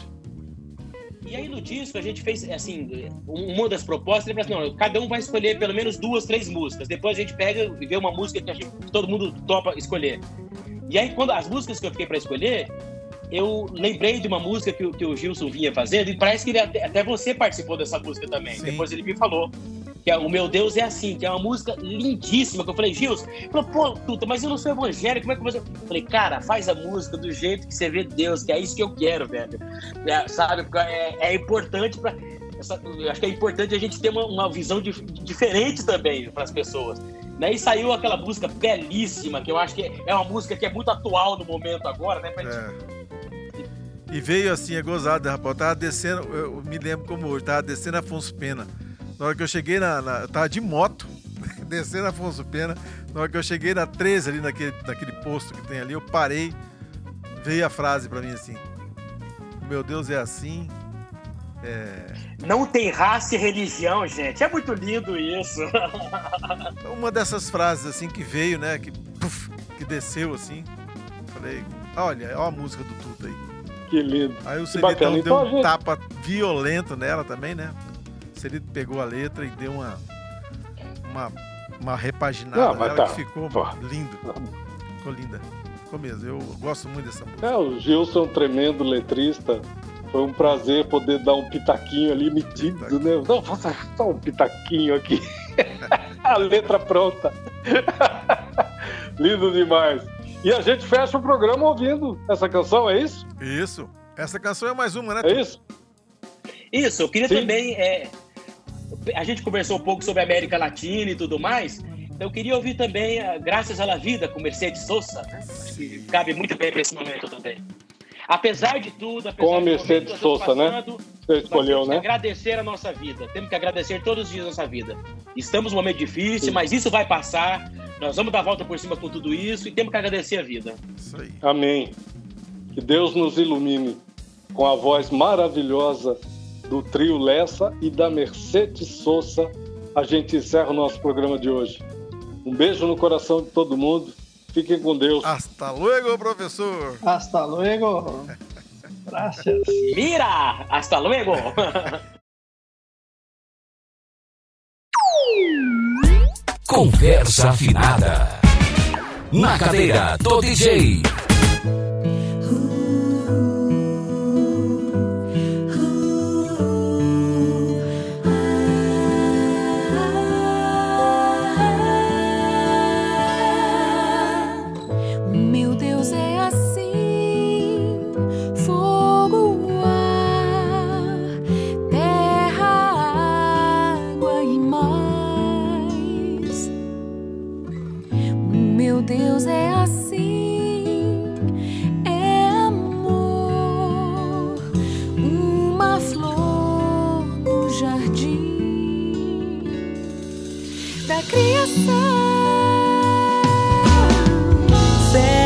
E aí no disco a gente fez, assim, uma das propostas, ele falou assim, não, cada um vai escolher pelo menos duas, três músicas. Depois a gente pega e vê uma música que, a gente, que todo mundo topa escolher. E aí, quando as músicas que eu fiquei para escolher, eu lembrei de uma música que, que o Gilson vinha fazendo, e parece que ele, até, até você participou dessa música também. Sim. Depois ele me falou. Que é O Meu Deus é Assim, que é uma música lindíssima, que eu falei, Gilson, ele falou, pô, Tuta, mas eu não sou evangélico, como é que você... Eu falei, cara, faz a música do jeito que você vê Deus, que é isso que eu quero, velho. É, sabe, é, é importante pra... Essa, eu acho que é importante a gente ter uma, uma visão de, de, diferente também para as pessoas. Né? E saiu aquela música belíssima, que eu acho que é uma música que é muito atual no momento agora, né? Pra gente... é. E veio assim, é gozado, rapaz. Eu tava descendo, eu me lembro como hoje, tava descendo Afonso Pena. Na hora que eu cheguei na... na eu tava de moto, descendo Afonso Pena. Na hora que eu cheguei na treze, ali naquele, naquele posto que tem ali, eu parei, veio a frase pra mim assim, meu Deus é assim... É... Não tem raça e religião, gente. É muito lindo isso. Uma dessas frases assim que veio, né? Que, puff, que desceu assim. Falei, olha, olha a música do Tuta aí. Que lindo. Aí o Que Celito bacana. deu Então, um a gente- tapa violento nela também, né? O Celito pegou a letra e deu uma, uma, uma repaginada Não, mas nela tá. que ficou Pô. lindo. Ficou linda. Ficou mesmo. Eu gosto muito dessa música. É, o Gilson é um tremendo letrista. Foi um prazer poder dar um pitaquinho ali metido, né? Não, faça só um pitaquinho aqui. A letra pronta. Lindo demais. E a gente fecha o programa ouvindo essa canção, é isso? Isso. Essa canção é mais uma, né? É Tuta? isso? Isso, eu queria Sim. também... É, a gente conversou um pouco sobre a América Latina e tudo mais. Então eu queria ouvir também a Graças à la Vida, com Mercedes Sosa. Né? Acho que cabe muito bem para esse momento também. Apesar de tudo, apesar Com a de Mercedes tudo que nós Sosa, estamos né? passando, Você escolheu, nós temos né? que agradecer a nossa vida. Temos que agradecer todos os dias a nossa vida. Estamos num momento difícil, Sim. mas isso vai passar. Nós vamos dar a volta por cima com tudo isso e temos que agradecer a vida. Isso aí. Amém. Que Deus nos ilumine com a voz maravilhosa do trio Lessa e da Mercedes Sosa. A gente encerra o nosso programa de hoje. Um beijo no coração de todo mundo. Fiquem com Deus. Hasta luego, professor. Hasta luego. Gracias. Mira! Hasta luego! Conversa afinada. Na cadeira do D J. Meu Deus é assim, fogo, ar, terra, água e mais. Meu Deus é assim, é amor, uma flor no jardim da criação. Céu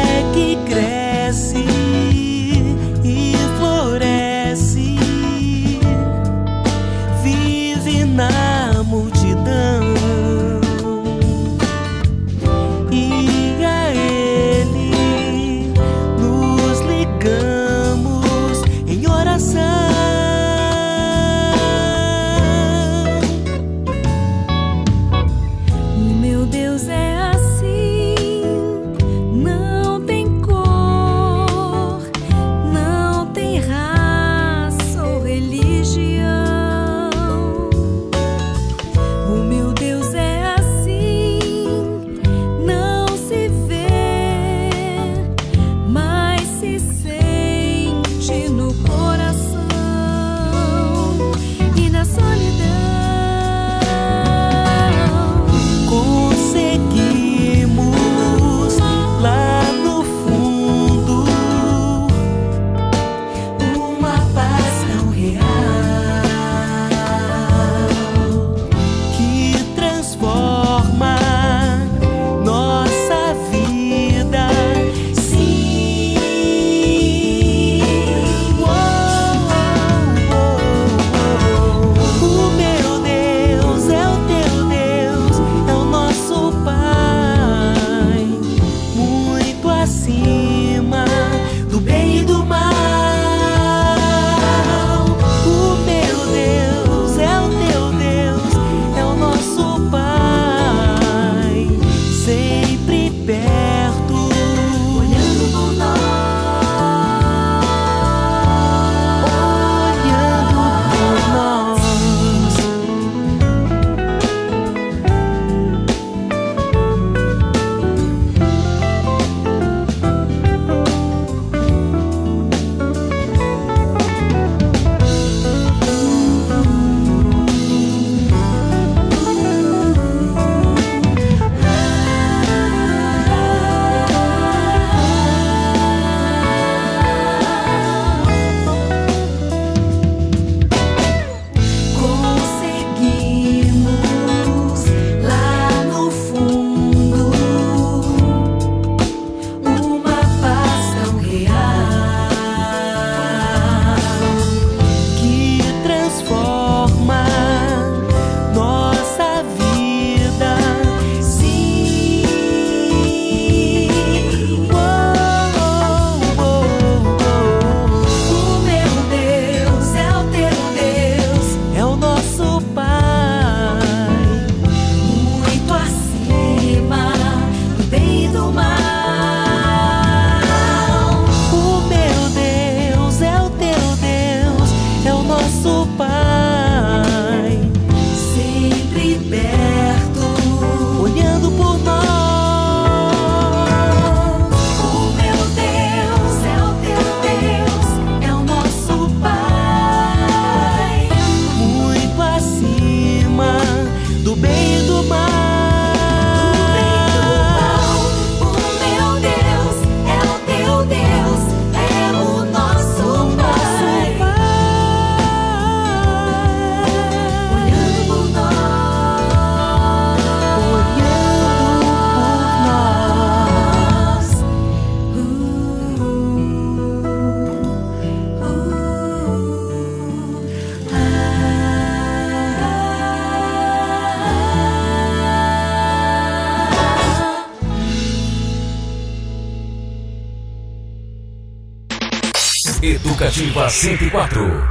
Educativa cento e quatro.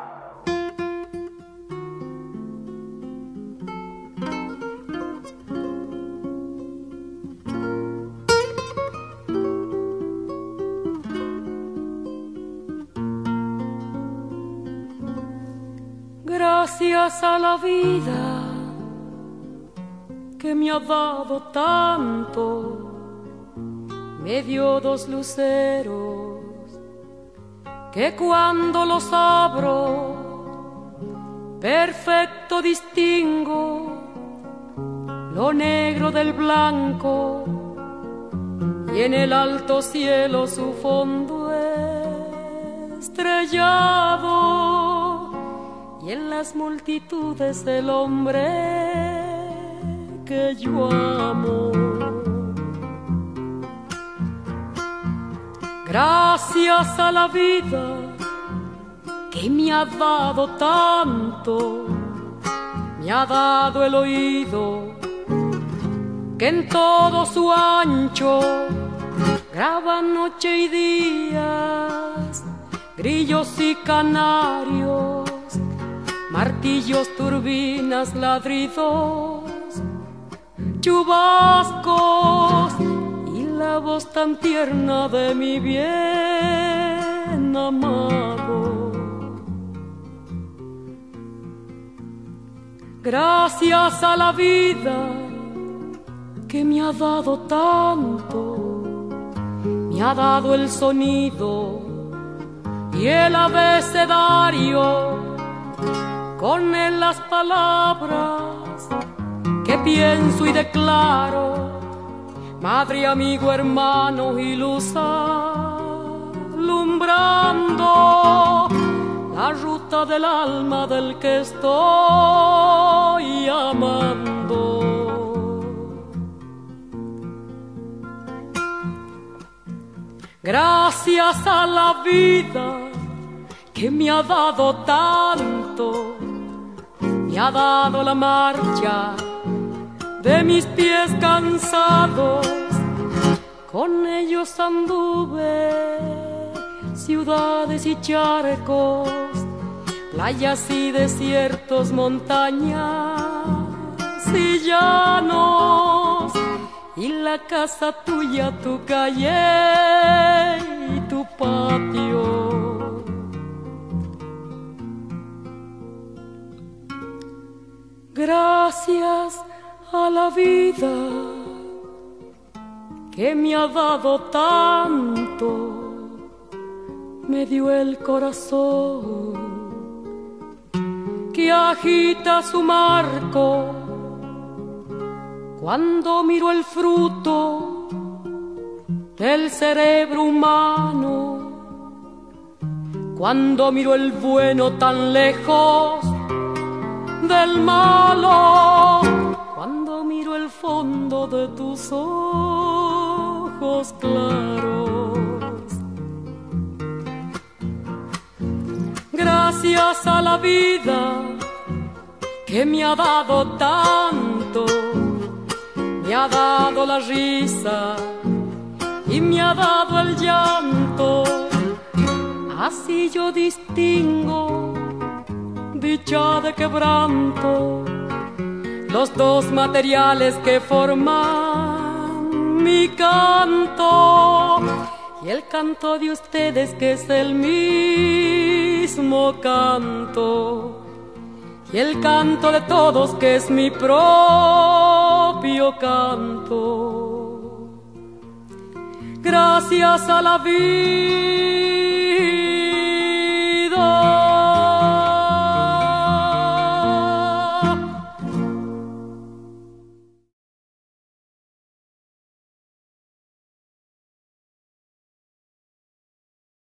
Gracias a la vida que me ha dado tanto, me dio dos luceros que cuando los abro perfecto distingo lo negro del blanco y en el alto cielo su fondo estrellado. Y en las multitudes el hombre que yo amo. Gracias a la vida que me ha dado tanto, me ha dado el oído que en todo su ancho graba noche y días, grillos y canarios, martillos, turbinas, ladridos, chubascos y la voz tan tierna de mi bien amado. Gracias a la vida que me ha dado tanto, me ha dado el sonido y el abecedario, con él las palabras que pienso y declaro, madre, amigo, hermano y luz alumbrando la ruta del alma del que estoy amando. Gracias a la vida que me ha dado tanto, me ha dado la marcha de mis pies cansados, con ellos anduve ciudades y charcos, playas y desiertos, montañas y llanos, y la casa tuya, tu calle y tu patio. Gracias a la vida que me ha dado tanto, me dio el corazón que agita su marco cuando miro el fruto del cerebro humano, cuando miro el bueno tan lejos del malo, cuando miro el fondo de tus ojos claros. Gracias a la vida que me ha dado tanto, me ha dado la risa y me ha dado el llanto, así yo distingo dicha de quebranto, los dos materiales que forman mi canto, y el canto de ustedes que es el mismo canto, y el canto de todos que es mi propio canto. Gracias a la vida